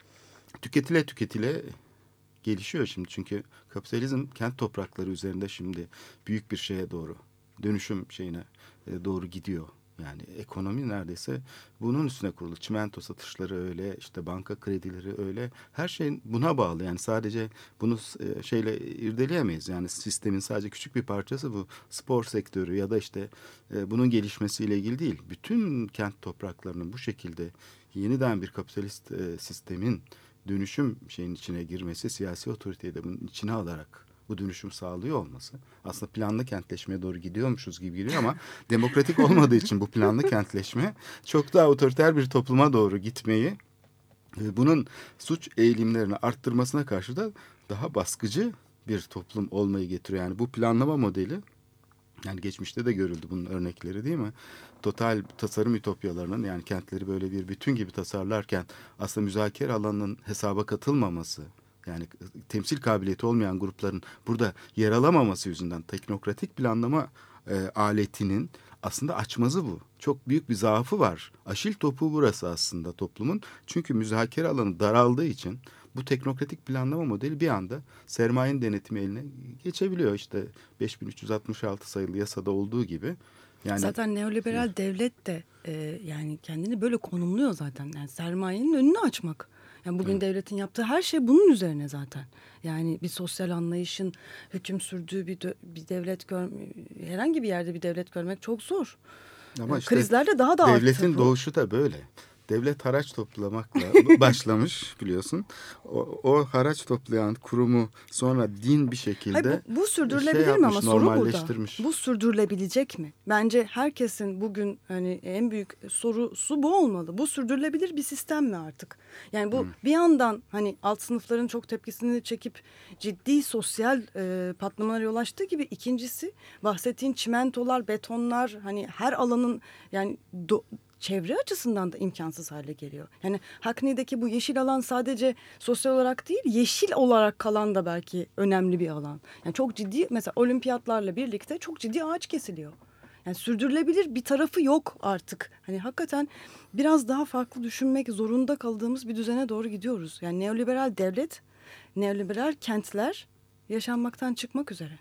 tüketile tüketile gelişiyor şimdi. Çünkü kapitalizm kent toprakları üzerinde şimdi büyük bir şeye doğru, dönüşüm şeyine e, doğru gidiyor. Yani ekonomi neredeyse bunun üstüne kurulu. Çimento satışları öyle, işte banka kredileri öyle. Her şey buna bağlı. Yani sadece bunu e, şeyle irdeleyemeyiz. Yani sistemin sadece küçük bir parçası bu spor sektörü ya da işte e, bunun gelişmesiyle ilgili değil. Bütün kent topraklarının bu şekilde yeniden bir kapitalist e, sistemin dönüşüm şeyin içine girmesi, siyasi otoriteyi de bunun içine alarak bu dönüşüm sağlıyor olması aslında planlı kentleşmeye doğru gidiyormuşuz gibi geliyor ama demokratik olmadığı için bu planlı kentleşme çok daha otoriter bir topluma doğru gitmeyi, bunun suç eğilimlerini arttırmasına karşı da daha baskıcı bir toplum olmayı getiriyor. Yani bu planlama modeli, yani geçmişte de görüldü bunun örnekleri değil mi? Total tasarım ütopyalarının, yani kentleri böyle bir bütün gibi tasarlarken aslında müzakere alanının hesaba katılmaması, yani temsil kabiliyeti olmayan grupların burada yer alamaması yüzünden teknokratik planlama e, aletinin aslında açmazı bu. Çok büyük bir zaafı var. Aşil topuğu burası aslında toplumun. Çünkü müzakere alanı daraldığı için bu teknokratik planlama modeli bir anda sermayenin denetimi eline geçebiliyor. İşte beş bin üç yüz altmış altı sayılı yasada olduğu gibi. Yani zaten neoliberal devlet de e, yani kendini böyle konumluyor zaten. Yani sermayenin önünü açmak. Yani bugün evet. devletin yaptığı her şey bunun üzerine zaten. Yani bir sosyal anlayışın hüküm sürdüğü bir, bir devlet gör, herhangi bir yerde bir devlet görmek çok zor. Ama işte krizler de daha da arttı. Devletin doğuşu da böyle. Devlet haraç toplamakla başlamış biliyorsun. O, o haraç toplayan kurumu sonra din bir şekilde Hayır, bu, bu sürdürülebilir şey yapmış, mi ama soru burada. normalleştirmiş. Bu sürdürülebilecek mi? Bence herkesin bugün hani en büyük sorusu bu olmalı. Bu sürdürülebilir bir sistem mi artık? Yani bu hmm. bir yandan hani alt sınıfların çok tepkisini çekip ciddi sosyal e, patlamalara yol açtığı gibi, ikincisi bahsettiğin çimentolar, betonlar, hani her alanın yani do, çevre açısından da imkansız hale geliyor. Yani Hackney'deki bu yeşil alan sadece sosyal olarak değil, yeşil olarak kalan da belki önemli bir alan. Yani çok ciddi, mesela olimpiyatlarla birlikte çok ciddi ağaç kesiliyor. Yani sürdürülebilir bir tarafı yok artık. Hani hakikaten biraz daha farklı düşünmek zorunda kaldığımız bir düzene doğru gidiyoruz. Yani neoliberal devlet, neoliberal kentler yaşanmaktan çıkmak üzere.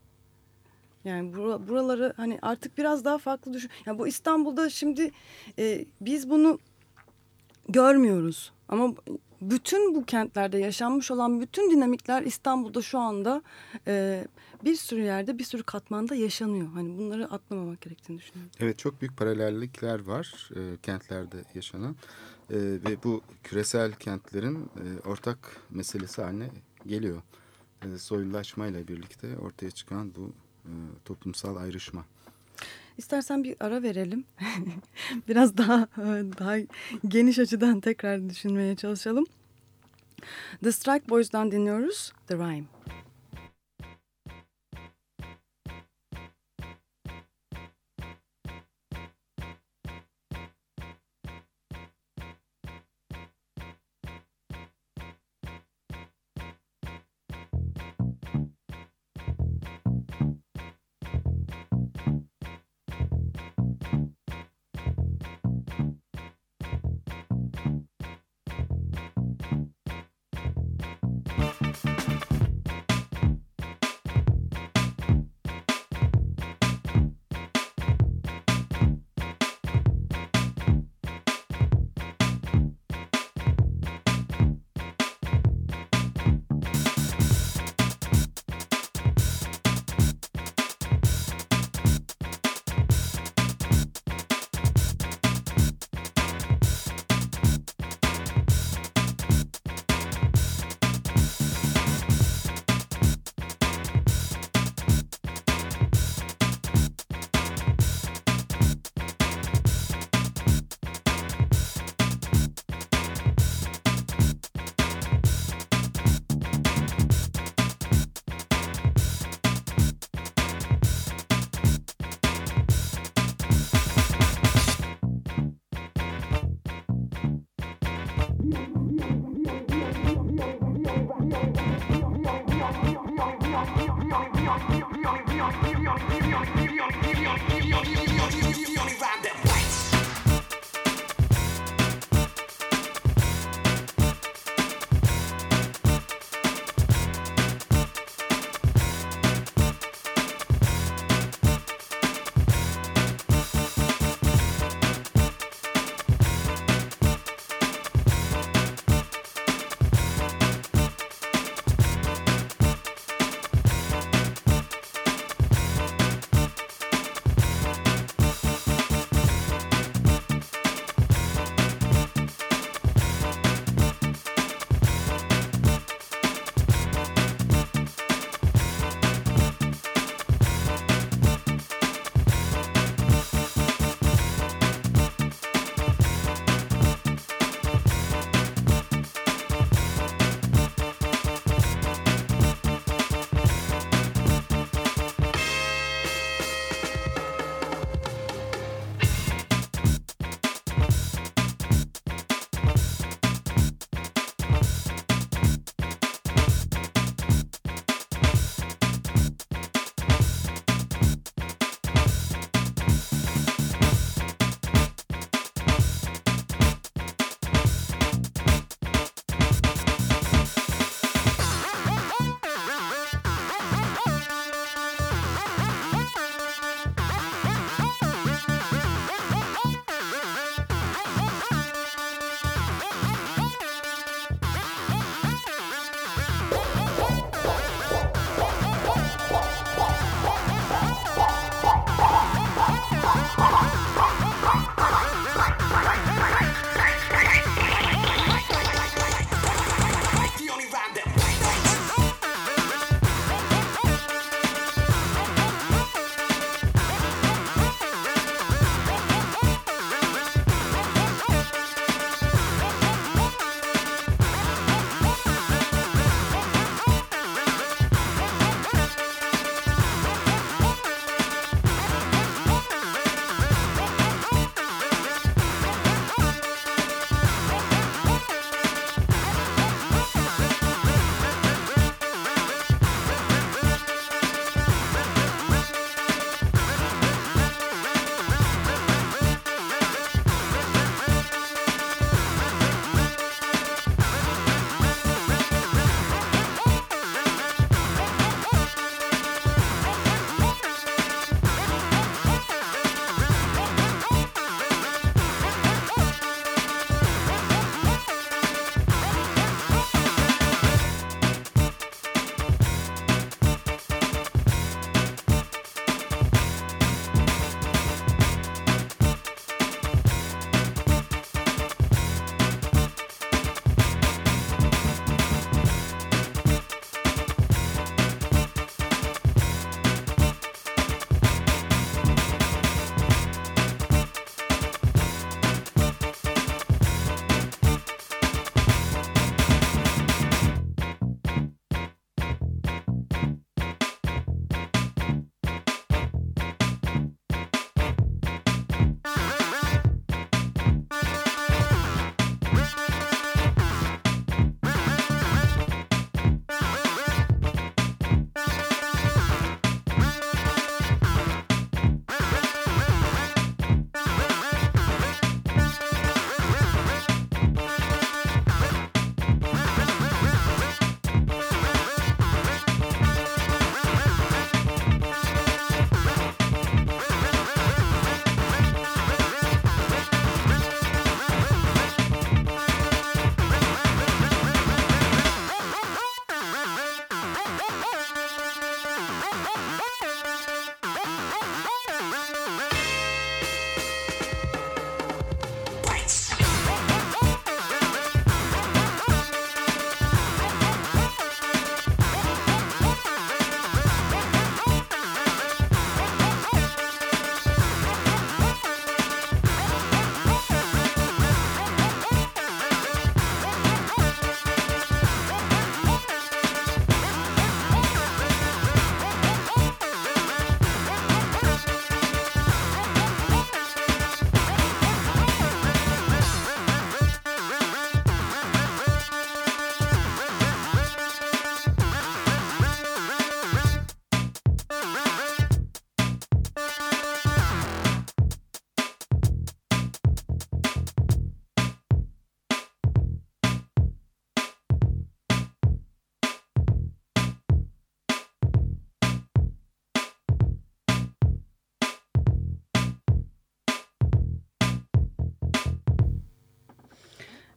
Yani buraları hani artık biraz daha farklı düşün. Yani bu İstanbul'da şimdi e, biz bunu görmüyoruz. Ama bütün bu kentlerde yaşanmış olan bütün dinamikler İstanbul'da şu anda e, bir sürü yerde, bir sürü katmanda yaşanıyor. Hani bunları atlamamak gerektiğini düşünüyorum. Evet, çok büyük paralellikler var e, kentlerde yaşanan e, ve bu küresel kentlerin e, ortak meselesi haline geliyor. E, soylulaşmayla birlikte ortaya çıkan bu e, toplumsal ayrışma. İstersen bir ara verelim. Biraz daha daha geniş açıdan tekrar düşünmeye çalışalım. The Strike Boys'dan dinliyoruz The Rhyme.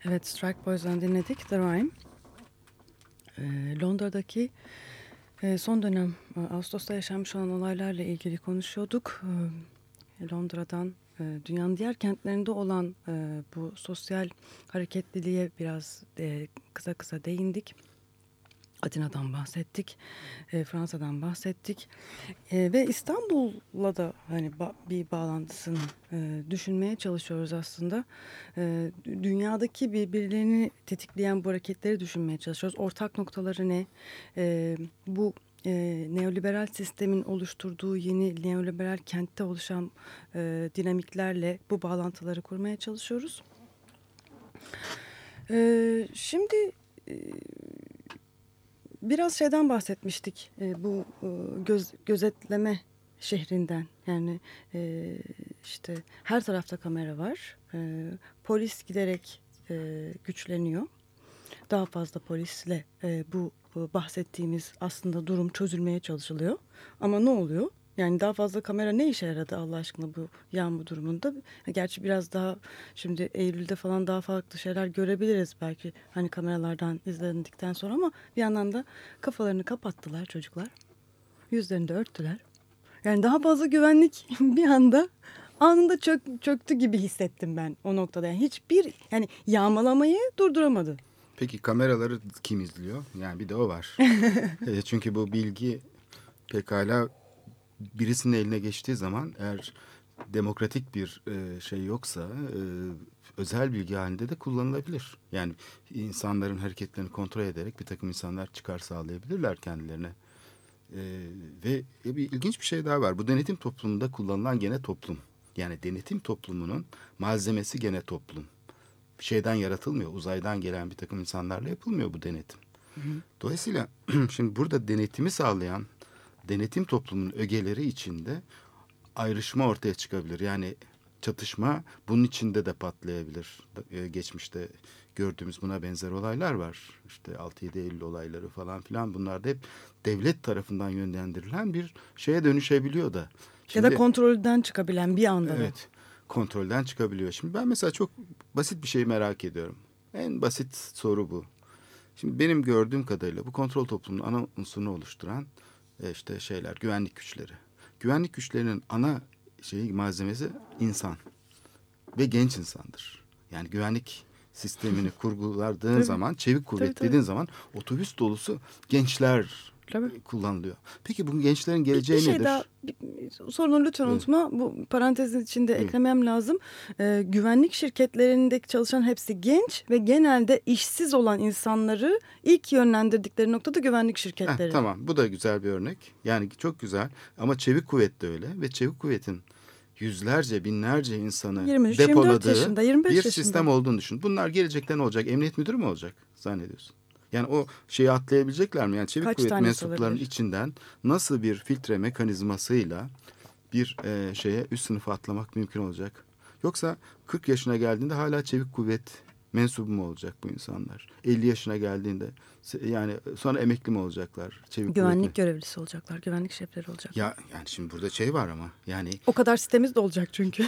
Evet, Strike Boys'dan dinledik The Rhyme. Ee, Londra'daki e, son dönem e, Ağustos'ta yaşanmış olan olaylarla ilgili konuşuyorduk. E, Londra'dan e, dünyanın diğer kentlerinde olan e, bu sosyal hareketliliğe biraz e, kısa kısa değindik. Atina'dan bahsettik, e, Fransa'dan bahsettik e, ve İstanbul'la da hani ba- bir bağlantısını e, düşünmeye çalışıyoruz aslında. E, dünyadaki birbirlerini tetikleyen bu hareketleri düşünmeye çalışıyoruz. Ortak noktaları ne? E, bu e, neoliberal sistemin oluşturduğu yeni neoliberal kentte oluşan e, dinamiklerle bu bağlantıları kurmaya çalışıyoruz. E, şimdi... E, Biraz şeyden bahsetmiştik, e, bu e, göz, gözetleme şehrinden. Yani e, işte her tarafta kamera var. E, polis giderek e, güçleniyor. Daha fazla polisle e, bu, bu bahsettiğimiz aslında durum çözülmeye çalışılıyor. Ama ne oluyor? Yani daha fazla kamera ne işe yaradı Allah aşkına bu yağmur durumunda? Gerçi biraz daha şimdi Eylül'de falan daha farklı şeyler görebiliriz belki hani kameralardan izlendikten sonra, ama bir yandan da kafalarını kapattılar çocuklar. Yüzlerini de örttüler. Yani daha fazla güvenlik bir anda anında çök, çöktü gibi hissettim ben o noktada. Yani hiçbir yani yağmalamayı durduramadı. Peki kameraları kim izliyor? Yani bir de o var. e, çünkü bu bilgi pekala birisinin eline geçtiği zaman, eğer demokratik bir e, şey yoksa e, özel bilgi halinde de kullanılabilir. Yani insanların hareketlerini kontrol ederek bir takım insanlar çıkar sağlayabilirler kendilerine. E, ve bir ilginç bir şey daha var. Bu denetim toplumunda kullanılan gene toplum. Yani denetim toplumunun malzemesi gene toplum. Şeyden yaratılmıyor. Uzaydan gelen bir takım insanlarla yapılmıyor bu denetim. Hı hı. Dolayısıyla şimdi burada denetimi sağlayan denetim toplumunun ögeleri içinde ayrışma ortaya çıkabilir. Yani çatışma bunun içinde de patlayabilir. Geçmişte gördüğümüz buna benzer olaylar var. İşte altı yedi Eylül olayları falan filan, bunlar da hep devlet tarafından yönlendirilen bir şeye dönüşebiliyor da. Şimdi, ya da kontrolden çıkabilen bir anda. Evet, kontrolden çıkabiliyor. Şimdi ben mesela çok basit bir şey merak ediyorum. En basit soru bu. Şimdi benim gördüğüm kadarıyla bu kontrol toplumunun ana unsurunu oluşturan işte şeyler, güvenlik güçleri. Güvenlik güçlerinin ana şeyi, malzemesi insan ve genç insandır. Yani güvenlik sistemini kurguladığın zaman, çevik kuvvet tabii, tabii. dediğin zaman otobüs dolusu gençler tabii. kullanılıyor. Peki bu gençlerin geleceği bir, bir şey nedir? Daha, bir, sorunu lütfen evet. unutma. Bu parantezin içinde evet. eklemem lazım. Ee, güvenlik şirketlerindeki çalışan hepsi genç ve genelde işsiz olan insanları ilk yönlendirdikleri noktada güvenlik şirketleri. Heh, tamam, bu da güzel bir örnek. Yani çok güzel, ama çevik kuvvet de öyle ve çevik kuvvetin yüzlerce, binlerce insanı yirmi üç, depoladığı yaşında, yirmi beş bir yaşında. sistem olduğunu düşün. Bunlar gelecekte ne olacak? Emniyet müdürü mü olacak zannediyorsun? Yani o şeyi atlayabilecekler mi? Yani çevik Kaç kuvvet mensuplarının olabilir? içinden nasıl bir filtre mekanizmasıyla bir e, şeye üst sınıfa atlamak mümkün olacak? Yoksa kırk yaşına geldiğinde hala çevik kuvvet mensubu mu olacak bu insanlar? elli yaşına geldiğinde yani sonra emekli mi olacaklar? Çevik güvenlik görevlisi olacaklar, güvenlik şefleri olacaklar. Ya yani şimdi burada şey var ama yani o kadar sitemiz de olacak çünkü.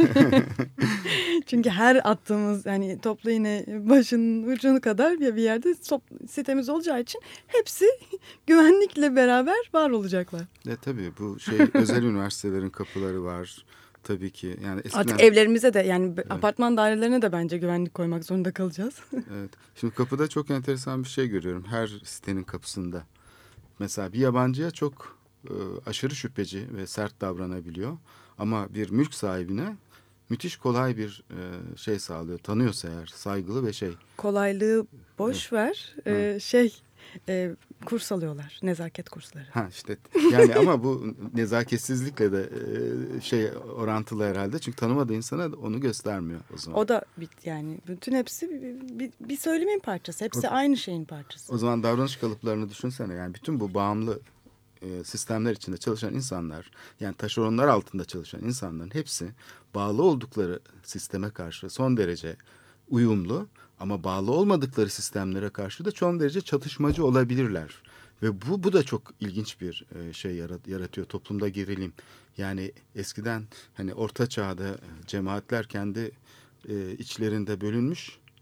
Çünkü her attığımız yani toplu iğne başının ucuna kadar bir yerde sitemiz olacağı için hepsi güvenlikle beraber var olacaklar. E tabii bu şey özel üniversitelerin kapıları var. Tabii ki. Yani eskiden... Artık evlerimize de yani evet. apartman dairelerine de bence güvenlik koymak zorunda kalacağız. Evet. Şimdi kapıda çok enteresan bir şey görüyorum. Her sitenin kapısında. Mesela bir yabancıya çok e, aşırı şüpheci ve sert davranabiliyor. Ama bir mülk sahibine müthiş kolay bir e, şey sağlıyor. Tanıyorsa eğer, saygılı ve şey. Kolaylığı boş evet. ver. E, şey... E, kurs alıyorlar. Nezaket kursları. Ha işte yani ama bu nezaketsizlikle de e, şey orantılı herhalde. Çünkü tanımadığı insana onu göstermiyor o zaman. O da yani bütün hepsi bir, bir, bir söylemin parçası. Hepsi o, aynı şeyin parçası. O zaman davranış kalıplarını düşünsene. Yani bütün bu bağımlı e, sistemler içinde çalışan insanlar, yani taşeronlar altında çalışan insanların hepsi bağlı oldukları sisteme karşı son derece uyumlu. Ama bağlı olmadıkları sistemlere karşı da çok derece çatışmacı olabilirler. Ve bu bu da çok ilginç bir şey yaratıyor toplumda gerilim. Yani eskiden hani orta çağda cemaatler kendi içlerinde bölünmüş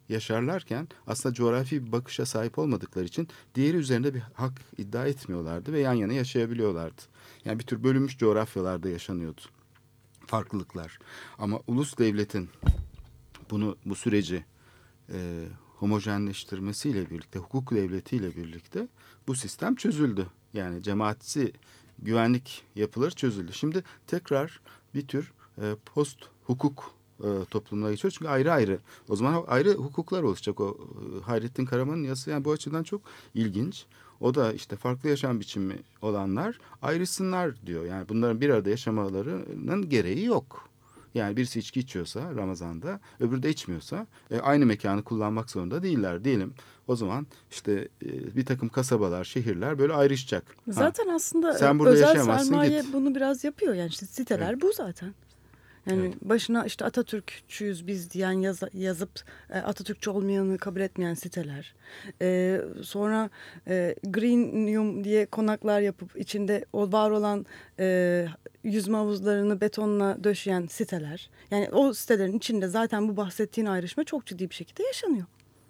yaşarlarken aslında coğrafi bir bakışa sahip olmadıkları için diğeri üzerinde bir hak iddia etmiyorlardı ve yan yana yaşayabiliyorlardı. Yani bir tür bölünmüş coğrafyalarda yaşanıyordu farklılıklar. Ama ulus devletin bunu bu süreci e, homojenleştirmesiyle birlikte, hukuk devletiyle birlikte bu sistem çözüldü. Yani cemaatsi güvenlik yapıları çözüldü. Şimdi tekrar bir tür e, post hukuk e, toplumuna geçiyoruz. Çünkü ayrı ayrı, o zaman ayrı hukuklar oluşacak. O e, Hayrettin Karaman'ın yazısı yani bu açıdan çok ilginç. O da işte farklı yaşam biçimi olanlar ayrısınlar diyor. Yani bunların bir arada yaşamalarının gereği yok. Yani birisi içki içiyorsa Ramazan'da, öbürü de içmiyorsa e, aynı mekanı kullanmak zorunda değiller diyelim. O zaman işte e, bir takım kasabalar, şehirler böyle ayrışacak. Zaten ha, aslında sen burada özel yaşayamazsın, sermaye git. bunu biraz yapıyor. Yani işte siteler Evet. bu zaten. Yani Evet. başına işte Atatürkçüyüz biz diyen yaz, yazıp e, Atatürkçü olmayanı kabul etmeyen siteler. E, sonra e, Greenyum diye konaklar yapıp içinde o var olan e, yüzme havuzlarını betonla döşeyen siteler. Yani o sitelerin içinde zaten bu bahsettiğin ayrışma çok ciddi bir şekilde yaşanıyor.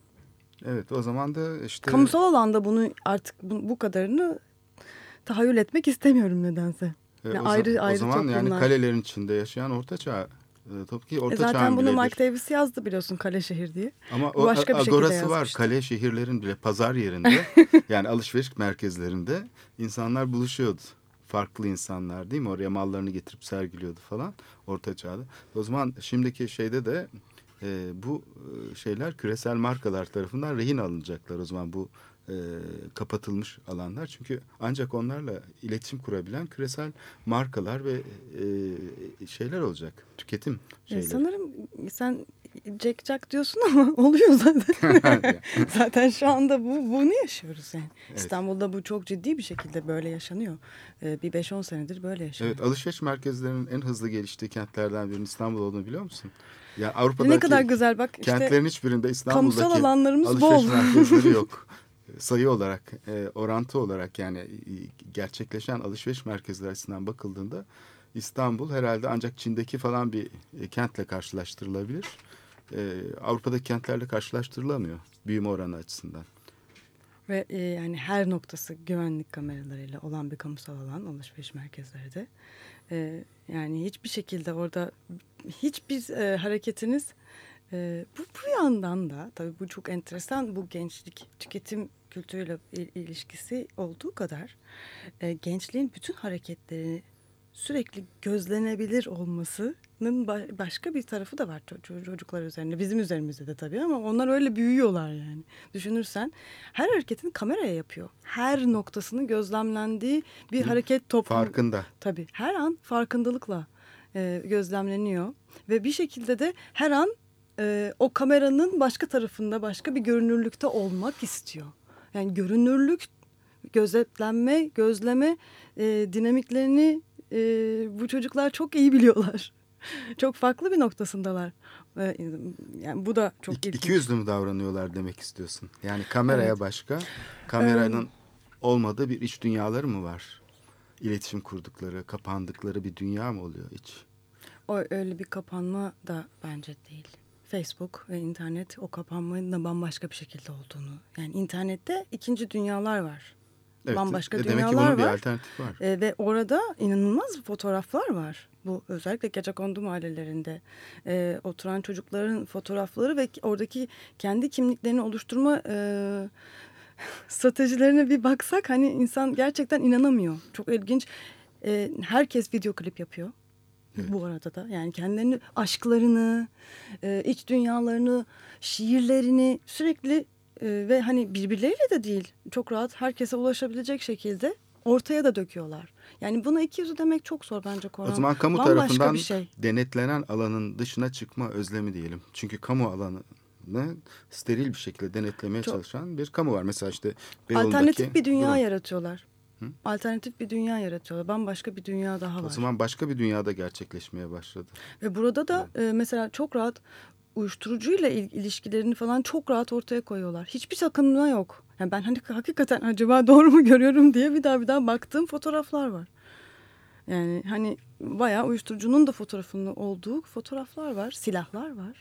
Evet, o zaman da işte... Kamusal alanda bunu artık bu, bu kadarını tahayyül etmek istemiyorum nedense. E, Yani o, ayrı, zaman, ayrı o zaman yani toplumlar. kalelerin içinde yaşayan ortaçağ e, tabii orta E zaten çağın bunu bile Mike bir... Davis yazdı biliyorsun Kale Şehir diye. Ama Bu o başka bir şekilde agorası var. yazmıştı. Kale şehirlerin bile pazar yerinde yani alışveriş merkezlerinde insanlar buluşuyordu. Farklı insanlar değil mi? Oraya mallarını getirip sergiliyordu falan orta çağda. O zaman şimdiki şeyde de e, bu e, şeyler küresel markalar tarafından rehin alınacaklar. O zaman bu e, kapatılmış alanlar. Çünkü ancak onlarla iletişim kurabilen küresel markalar ve e, şeyler olacak. Tüketim şeyleri. E sanırım sen Jack Jack diyorsun ama oluyor zaten. Zaten şu anda bu bunu yaşıyoruz yani. Evet. İstanbul'da bu çok ciddi bir şekilde böyle yaşanıyor. E, bir beş on senedir böyle yaşanıyor. Evet, alışveriş merkezlerinin en hızlı geliştiği kentlerden birinin İstanbul olduğunu biliyor musun? Yani Avrupa'daki ne kadar güzel bak işte kentlerin hiçbirinde İstanbul'daki kamusal alanlarımız alışveriş bol. merkezleri yok. Sayı olarak, e, orantı olarak yani e, gerçekleşen alışveriş merkezleri açısından bakıldığında İstanbul herhalde ancak Çin'deki falan bir e, kentle karşılaştırılabilir. E, Avrupa'daki kentlerle karşılaştırılamıyor büyüme oranı açısından. Ve e, yani her noktası güvenlik kameralarıyla olan bir kamusal alan alışveriş merkezleri de. E, yani hiçbir şekilde orada hiçbir e, hareketiniz e, bu, bu yandan da tabii bu çok enteresan bu gençlik tüketim kültürüyle il, ilişkisi olduğu kadar e, gençliğin bütün hareketlerini sürekli gözlenebilir olmasının başka bir tarafı da var çocuklar üzerinde. Bizim üzerimizde de tabii ama onlar öyle büyüyorlar yani. Düşünürsen her hareketini kameraya yapıyor. Her noktasının gözlemlendiği bir Hı. hareket toplumu. Farkında. Tabii her an farkındalıkla e, gözlemleniyor. Ve bir şekilde de her an e, o kameranın başka tarafında başka bir görünürlükte olmak istiyor. Yani görünürlük, gözetlenme, gözleme e, dinamiklerini e, bu çocuklar çok iyi biliyorlar. Çok farklı bir noktasındalar. E, yani bu da çok İki, ilginç. İki yüzlü mü davranıyorlar demek istiyorsun? Yani kameraya Evet. başka, kameranın um, olmadığı bir iç dünyaları mı var? İletişim kurdukları, kapandıkları bir dünya mı oluyor iç? O öyle bir kapanma da bence değil. Facebook ve internet o kapanmanın da bambaşka bir şekilde olduğunu. Yani internette ikinci dünyalar var. Evet, bambaşka e, dünyalar demek ki bunun var. bir alternatif var. E, ve orada inanılmaz fotoğraflar var. Bu özellikle Gecekondu mahallelerinde e, oturan çocukların fotoğrafları ve oradaki kendi kimliklerini oluşturma e, stratejilerine bir baksak hani insan gerçekten inanamıyor. Çok ilginç. E, herkes video klip yapıyor. Evet. Bu arada da yani kendilerini, aşklarını, e, iç dünyalarını, şiirlerini sürekli e, ve hani birbirleriyle de değil çok rahat herkese ulaşabilecek şekilde ortaya da döküyorlar. Yani buna iki yüzlü demek çok zor bence Korhan. O zaman kamu Bambaşka tarafından bir şey. denetlenen alanın dışına çıkma özlemi diyelim. Çünkü kamu alanını steril bir şekilde denetlemeye çok çalışan bir kamu var. Mesela işte Beyoğlu'ndaki alternatif bir dünya durum. yaratıyorlar. Hı? Alternatif bir dünya yaratıyorlar. Bambaşka bir dünya daha var. O zaman başka bir dünyada gerçekleşmeye başladı. Ve burada da evet. e, mesela çok rahat uyuşturucuyla il- ilişkilerini falan çok rahat ortaya koyuyorlar. Hiçbir sakınma yok. Yani ben hani hakikaten acaba doğru mu görüyorum diye bir daha bir daha baktığım fotoğraflar var. Yani hani bayağı uyuşturucunun da fotoğrafının olduğu fotoğraflar var. Silahlar var.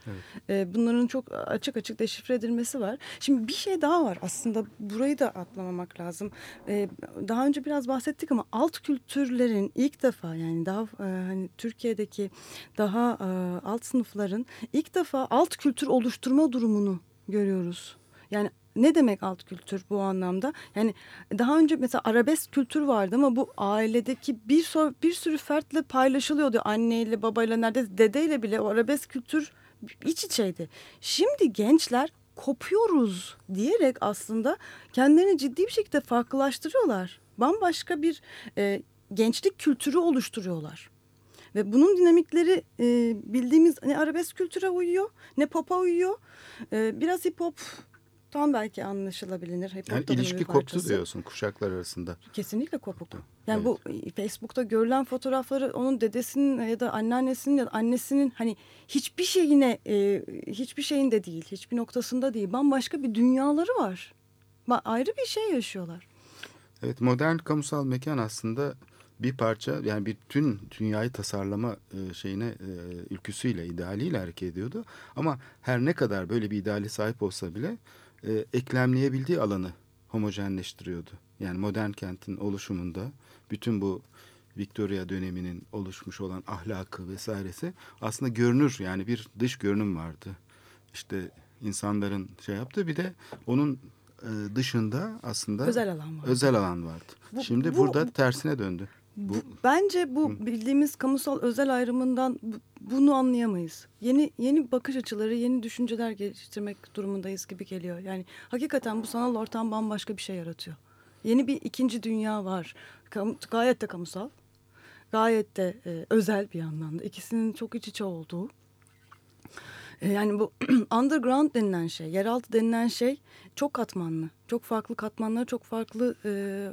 E, bunların çok açık açık deşifre edilmesi var. Şimdi bir şey daha var aslında, burayı da atlamamak lazım. E, daha önce biraz bahsettik ama alt kültürlerin ilk defa, yani daha e, hani Türkiye'deki daha e, alt sınıfların ilk defa alt kültür oluşturma durumunu görüyoruz. Yani ne demek alt kültür bu anlamda? Yani daha önce mesela arabesk kültür vardı ama bu ailedeki bir sor, bir sürü fertle paylaşılıyordu. Anneyle, babayla, neredeyse dedeyle bile o arabesk kültür iç içeydi. Şimdi gençler kopuyoruz diyerek aslında kendilerini ciddi bir şekilde farklılaştırıyorlar. Bambaşka bir e, gençlik kültürü oluşturuyorlar. Ve bunun dinamikleri e, bildiğimiz ne arabesk kültüre uyuyor ne pop'a uyuyor. E, biraz hip hop tam belki anlaşılabilir. Hip Yani hop da bunun ilişki bir koptu parçası. diyorsun kuşaklar arasında. Kesinlikle kopuk. Yani Evet. bu Facebook'ta görülen fotoğrafları onun dedesinin ya da anneannesinin ya da annesinin hani hiçbir şeyine e, hiçbir şeyinde değil, hiçbir noktasında değil. Bambaşka bir dünyaları var. Ba- ayrı bir şey yaşıyorlar. Evet, modern kamusal mekan aslında bir parça, yani bütün dünyayı tasarlama e, şeyine e, ülküsüyle, idealiyle hareket ediyordu. Ama her ne kadar böyle bir ideale sahip olsa bile e, eklemleyebildiği alanı homojenleştiriyordu. Yani modern kentin oluşumunda bütün bu Victoria döneminin oluşmuş olan ahlakı vesairesi aslında görünür, yani bir dış görünüm vardı. İşte insanların şey yaptığı, bir de onun e, dışında aslında Özel alan var. özel alan vardı. Bu- Şimdi bu- burada tersine döndü. Bu Bence bu bildiğimiz kamusal özel ayrımından bu- bunu anlayamayız. Yeni yeni bakış açıları, yeni düşünceler geliştirmek durumundayız gibi geliyor. Yani hakikaten bu sanal ortam bambaşka bir şey yaratıyor. Yeni bir ikinci dünya var. Kam- gayet de kamusal, gayet de e, özel bir yandan da. İkisinin çok iç içe olduğu. E, yani bu underground denilen şey, yeraltı denilen şey çok katmanlı. Çok farklı katmanları, çok farklı e,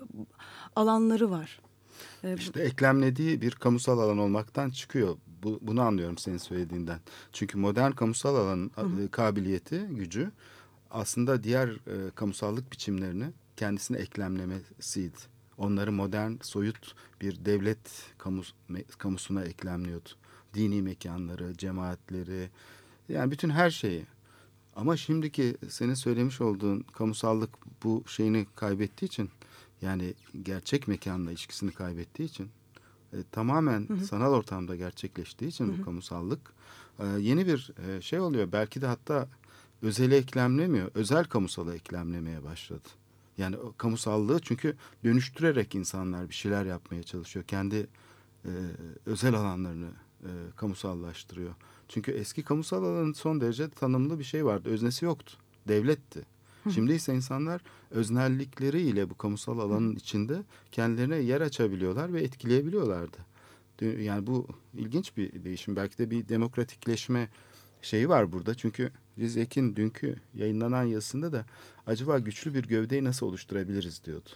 alanları var. E, bu- işte eklemlediği bir kamusal alan olmaktan çıkıyor. Bu, bunu anlıyorum senin söylediğinden. Çünkü modern kamusal alanın e, kabiliyeti, gücü aslında diğer e, kamusallık biçimlerini kendisine eklemlemesiydi. Onları modern, soyut bir devlet kamus, me, kamusuna eklemliyordu. Dini mekanları, cemaatleri, yani bütün her şeyi. Ama şimdiki senin söylemiş olduğun kamusallık bu şeyini kaybettiği için, yani gerçek mekanla ilişkisini kaybettiği için, e, tamamen sanal ortamda gerçekleştiği için bu kamusallık e, yeni bir e, şey oluyor. Belki de hatta özele eklemlemiyor, özel kamusala eklemlemeye başladı. Yani o kamusallığı çünkü dönüştürerek insanlar bir şeyler yapmaya çalışıyor. Kendi e, özel alanlarını e, kamusallaştırıyor. Çünkü eski kamusal alanın son derece tanımlı bir şey vardı. Öznesi yoktu. Devletti. Şimdi ise insanlar öznellikleriyle bu kamusal alanın içinde kendilerine yer açabiliyorlar ve etkileyebiliyorlardı. Yani bu ilginç bir değişim. Belki de bir demokratikleşme şeyi var burada. Çünkü Riz Ek'in dünkü yayınlanan yazısında da acaba güçlü bir gövdeyi nasıl oluşturabiliriz diyordu.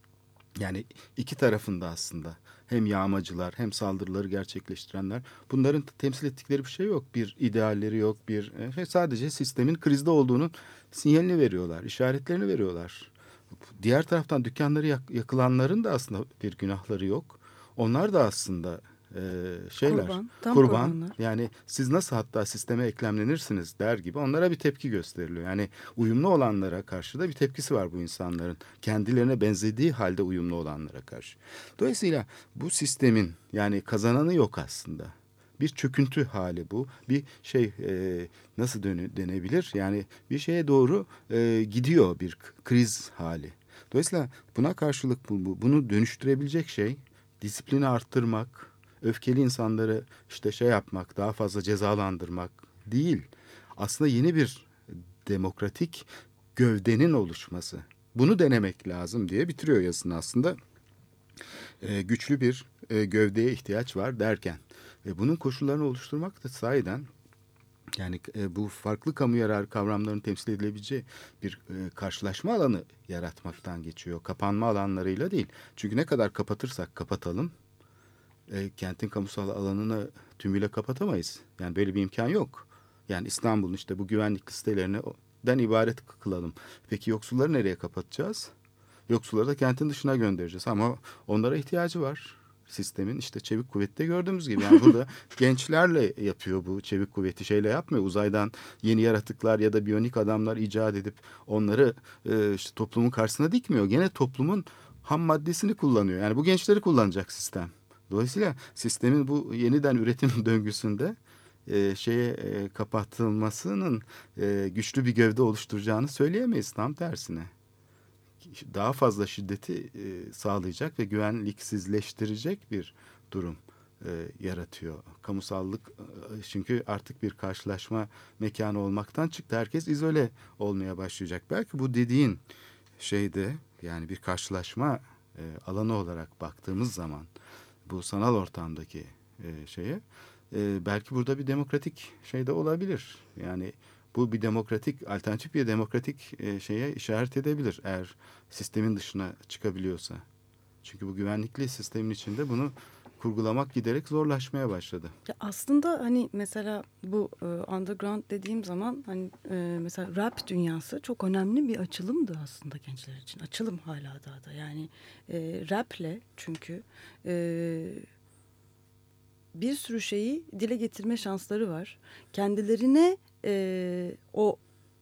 Yani iki tarafında aslında hem yağmacılar hem saldırıları gerçekleştirenler, bunların temsil ettikleri bir şey yok. Bir idealleri yok, bir şey, sadece sistemin krizde olduğunun sinyalini veriyorlar, işaretlerini veriyorlar. Diğer taraftan dükkanları yak- yakılanların da aslında bir günahları yok. Onlar da aslında e, şeyler, Kurban, tam kurban. kurbanlar. Yani siz nasıl hatta sisteme eklemlenirsiniz der gibi onlara bir tepki gösteriliyor. Yani uyumlu olanlara karşı da bir tepkisi var bu insanların. Kendilerine benzediği halde uyumlu olanlara karşı. Dolayısıyla bu sistemin, yani kazananı yok aslında. Bir çöküntü hali bu. Bir şey e, nasıl dönü, denebilir? Yani bir şeye doğru e, gidiyor, bir kriz hali. Dolayısıyla buna karşılık bu, bu, bunu dönüştürebilecek şey disiplini arttırmak, öfkeli insanları işte şey yapmak, daha fazla cezalandırmak değil. Aslında yeni bir demokratik gövdenin oluşması. Bunu denemek lazım diye bitiriyor yazısını aslında. E, güçlü bir e, gövdeye ihtiyaç var derken. E, bunun koşullarını oluşturmak da sahiden, yani e, bu farklı kamu yararı kavramlarının temsil edilebileceği bir e, karşılaşma alanı yaratmaktan geçiyor. Kapanma alanlarıyla değil. Çünkü ne kadar kapatırsak kapatalım, e, kentin kamusal alanını tümüyle kapatamayız. Yani böyle bir imkan yok. Yani İstanbul'un işte bu güvenlik listelerinden ibaret kılalım. Peki yoksulları nereye kapatacağız? Yoksulları da kentin dışına göndereceğiz ama onlara ihtiyacı var. sistemin işte çevik kuvvette gördüğümüz gibi. Yani burada gençlerle yapıyor bu çevik kuvveti, şeyle yapmıyor. Uzaydan yeni yaratıklar ya da biyonik adamlar icat edip onları e, işte toplumun karşısına dikmiyor. Gene toplumun ham maddesini kullanıyor. Yani bu gençleri kullanacak sistem. Dolayısıyla sistemin bu yeniden üretim döngüsünde e, şeye e, kapatılmasının e, güçlü bir gövde oluşturacağını söyleyemeyiz. Tam tersine. Daha fazla şiddeti e, sağlayacak ve güvenliksizleştirecek bir durum e, yaratıyor. Kamusallık e, çünkü artık bir karşılaşma mekanı olmaktan çıktı. Herkes izole olmaya başlayacak. Belki bu dediğin şeyde, yani bir karşılaşma e, alanı olarak baktığımız zaman bu sanal ortamdaki e, şeye e, belki burada bir demokratik şey de olabilir. Yani bu bir demokratik, alternatif bir demokratik e, şeye işaret edebilir eğer sistemin dışına çıkabiliyorsa. Çünkü bu güvenlikli sistemin içinde bunu kurgulamak giderek zorlaşmaya başladı. Ya aslında hani mesela bu e, underground dediğim zaman hani e, mesela rap dünyası çok önemli bir açılımdı aslında gençler için. Açılım hala daha da. Yani e, raple çünkü e, bir sürü şeyi dile getirme şansları var. Kendilerine e, o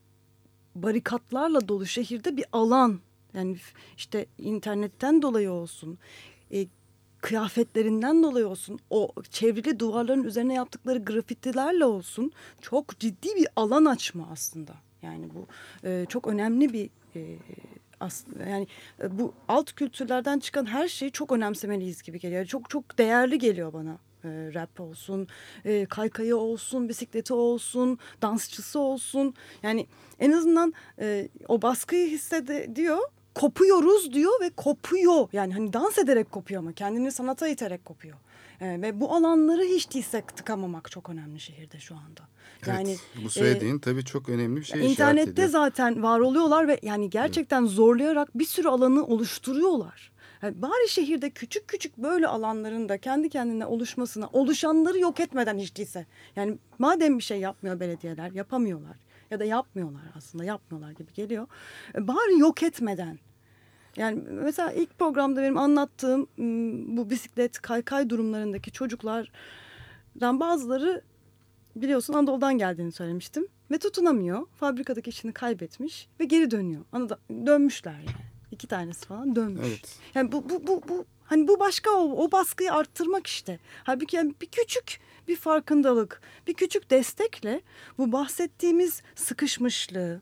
barikatlarla dolu şehirde bir alan, yani işte internetten dolayı olsun, e, kıyafetlerinden dolayı olsun, o çevrili duvarların üzerine yaptıkları grafitilerle olsun, çok ciddi bir alan açma aslında. Yani bu e, çok önemli bir e, aslında, yani e, bu alt kültürlerden çıkan her şeyi çok önemsemeliyiz gibi geliyor. Çok çok değerli geliyor bana. E, rap olsun, e, kaykayı olsun, bisikleti olsun, dansçısı olsun. Yani en azından e, o baskıyı hissediyor, kopuyoruz diyor ve kopuyor. Yani hani dans ederek kopuyor ama kendini sanata iterek kopuyor. E, ve bu alanları hiç değilse tıkamamak çok önemli şehirde şu anda. Yani evet, bu söylediğin e, tabii çok önemli bir şey. İnternette zaten var oluyorlar ve yani gerçekten evet. zorlayarak bir sürü alanı oluşturuyorlar. Yani bari şehirde küçük küçük böyle alanların da kendi kendine oluşmasına, oluşanları yok etmeden hiç değilse. Yani madem bir şey yapmıyor belediyeler, yapamıyorlar ya da yapmıyorlar, aslında yapmıyorlar gibi geliyor. Bari yok etmeden. Yani mesela ilk programda benim anlattığım bu bisiklet, kaykay durumlarındaki çocuklardan bazıları biliyorsun Anadolu'dan geldiğini söylemiştim. Ve tutunamıyor. Fabrikadaki işini kaybetmiş ve geri dönüyor. Anadolu, dönmüşler yani. İki tanesi falan dönmüş. Evet. Yani bu bu bu bu hani bu başka o, o baskıyı arttırmak işte. Halbuki yani bir küçük bir farkındalık, bir küçük destekle bu bahsettiğimiz sıkışmışlığı,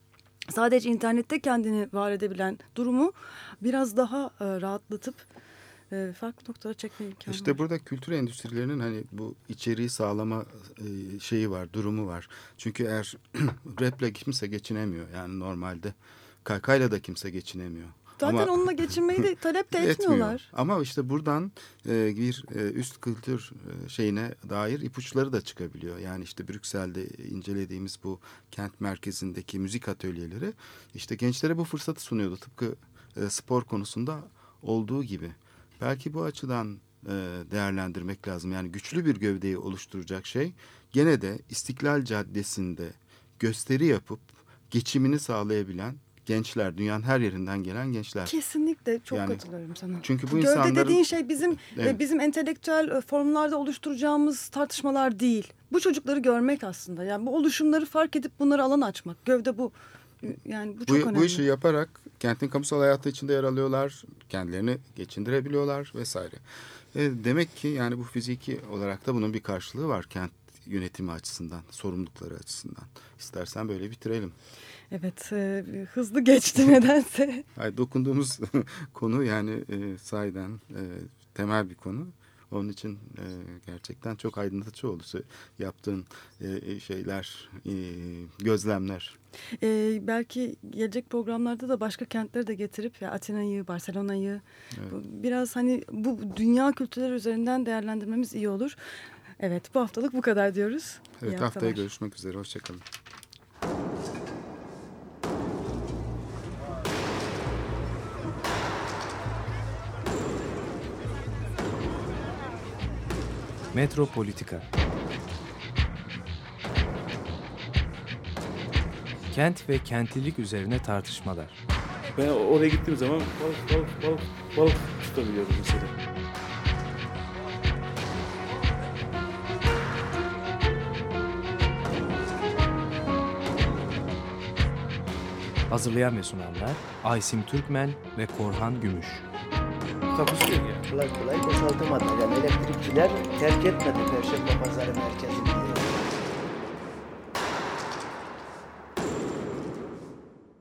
sadece internette kendini var edebilen durumu biraz daha e, rahatlatıp e, farklı noktalara çekme imkanı İşte var. burada kültür endüstrilerinin hani bu içeriği sağlama e, şeyi var, durumu var. Çünkü eğer raple kimse geçinemiyor yani normalde. Kaykayla da kimse geçinemiyor. Zaten Ama, onunla geçinmeyi de talep de etmiyorlar. Ama işte buradan e, bir e, üst kültür e, şeyine dair ipuçları da çıkabiliyor. Yani işte Brüksel'de incelediğimiz bu kent merkezindeki müzik atölyeleri işte gençlere bu fırsatı sunuyordu. Tıpkı e, spor konusunda olduğu gibi. Belki bu açıdan e, değerlendirmek lazım. Yani güçlü bir gövdeyi oluşturacak şey gene de İstiklal Caddesi'nde gösteri yapıp geçimini sağlayabilen gençler, dünyanın her yerinden gelen gençler. Kesinlikle çok yani, katılıyorum sana. Çünkü bu Gövde insanların... dediğin şey bizim evet. bizim entelektüel formlarda oluşturacağımız tartışmalar değil. Bu çocukları görmek aslında. Yani bu oluşumları fark edip bunları alan açmak. Gövde bu. Yani bu çok bu, önemli. Bu işi yaparak kentin kamusal hayatı içinde yer alıyorlar. Kendilerini geçindirebiliyorlar vesaire. E, demek ki yani bu fiziki olarak da bunun bir karşılığı var kent yönetimi açısından, sorumlulukları açısından. İstersen böyle bitirelim. Evet, e, hızlı geçti nedense. Hayır, dokunduğumuz konu yani e, sahiden e, temel bir konu. Onun için e, gerçekten çok aydınlatıcı oldu yaptığın e, şeyler, e, gözlemler. E, belki gelecek programlarda da başka kentleri de getirip ya Atina'yı, Barcelona'yı Evet. biraz hani bu dünya kültürleri üzerinden değerlendirmemiz iyi olur. Evet, bu haftalık bu kadar diyoruz. Evet, İyi haftaya haftalar. görüşmek üzere. Hoşçakalın. Metropolitika. Kent ve kentlilik üzerine tartışmalar. Ben oraya gittiğim zaman balık balık balık balık tutabiliyorum mesela. Hazırlayan ve sunanlar Aysim Türkmen ve Korhan Gümüş. Takusu yok yani. Kolay kolay boşaltamadı. Yani elektrikçiler terk etmedi Perşembe Pazarı merkezini.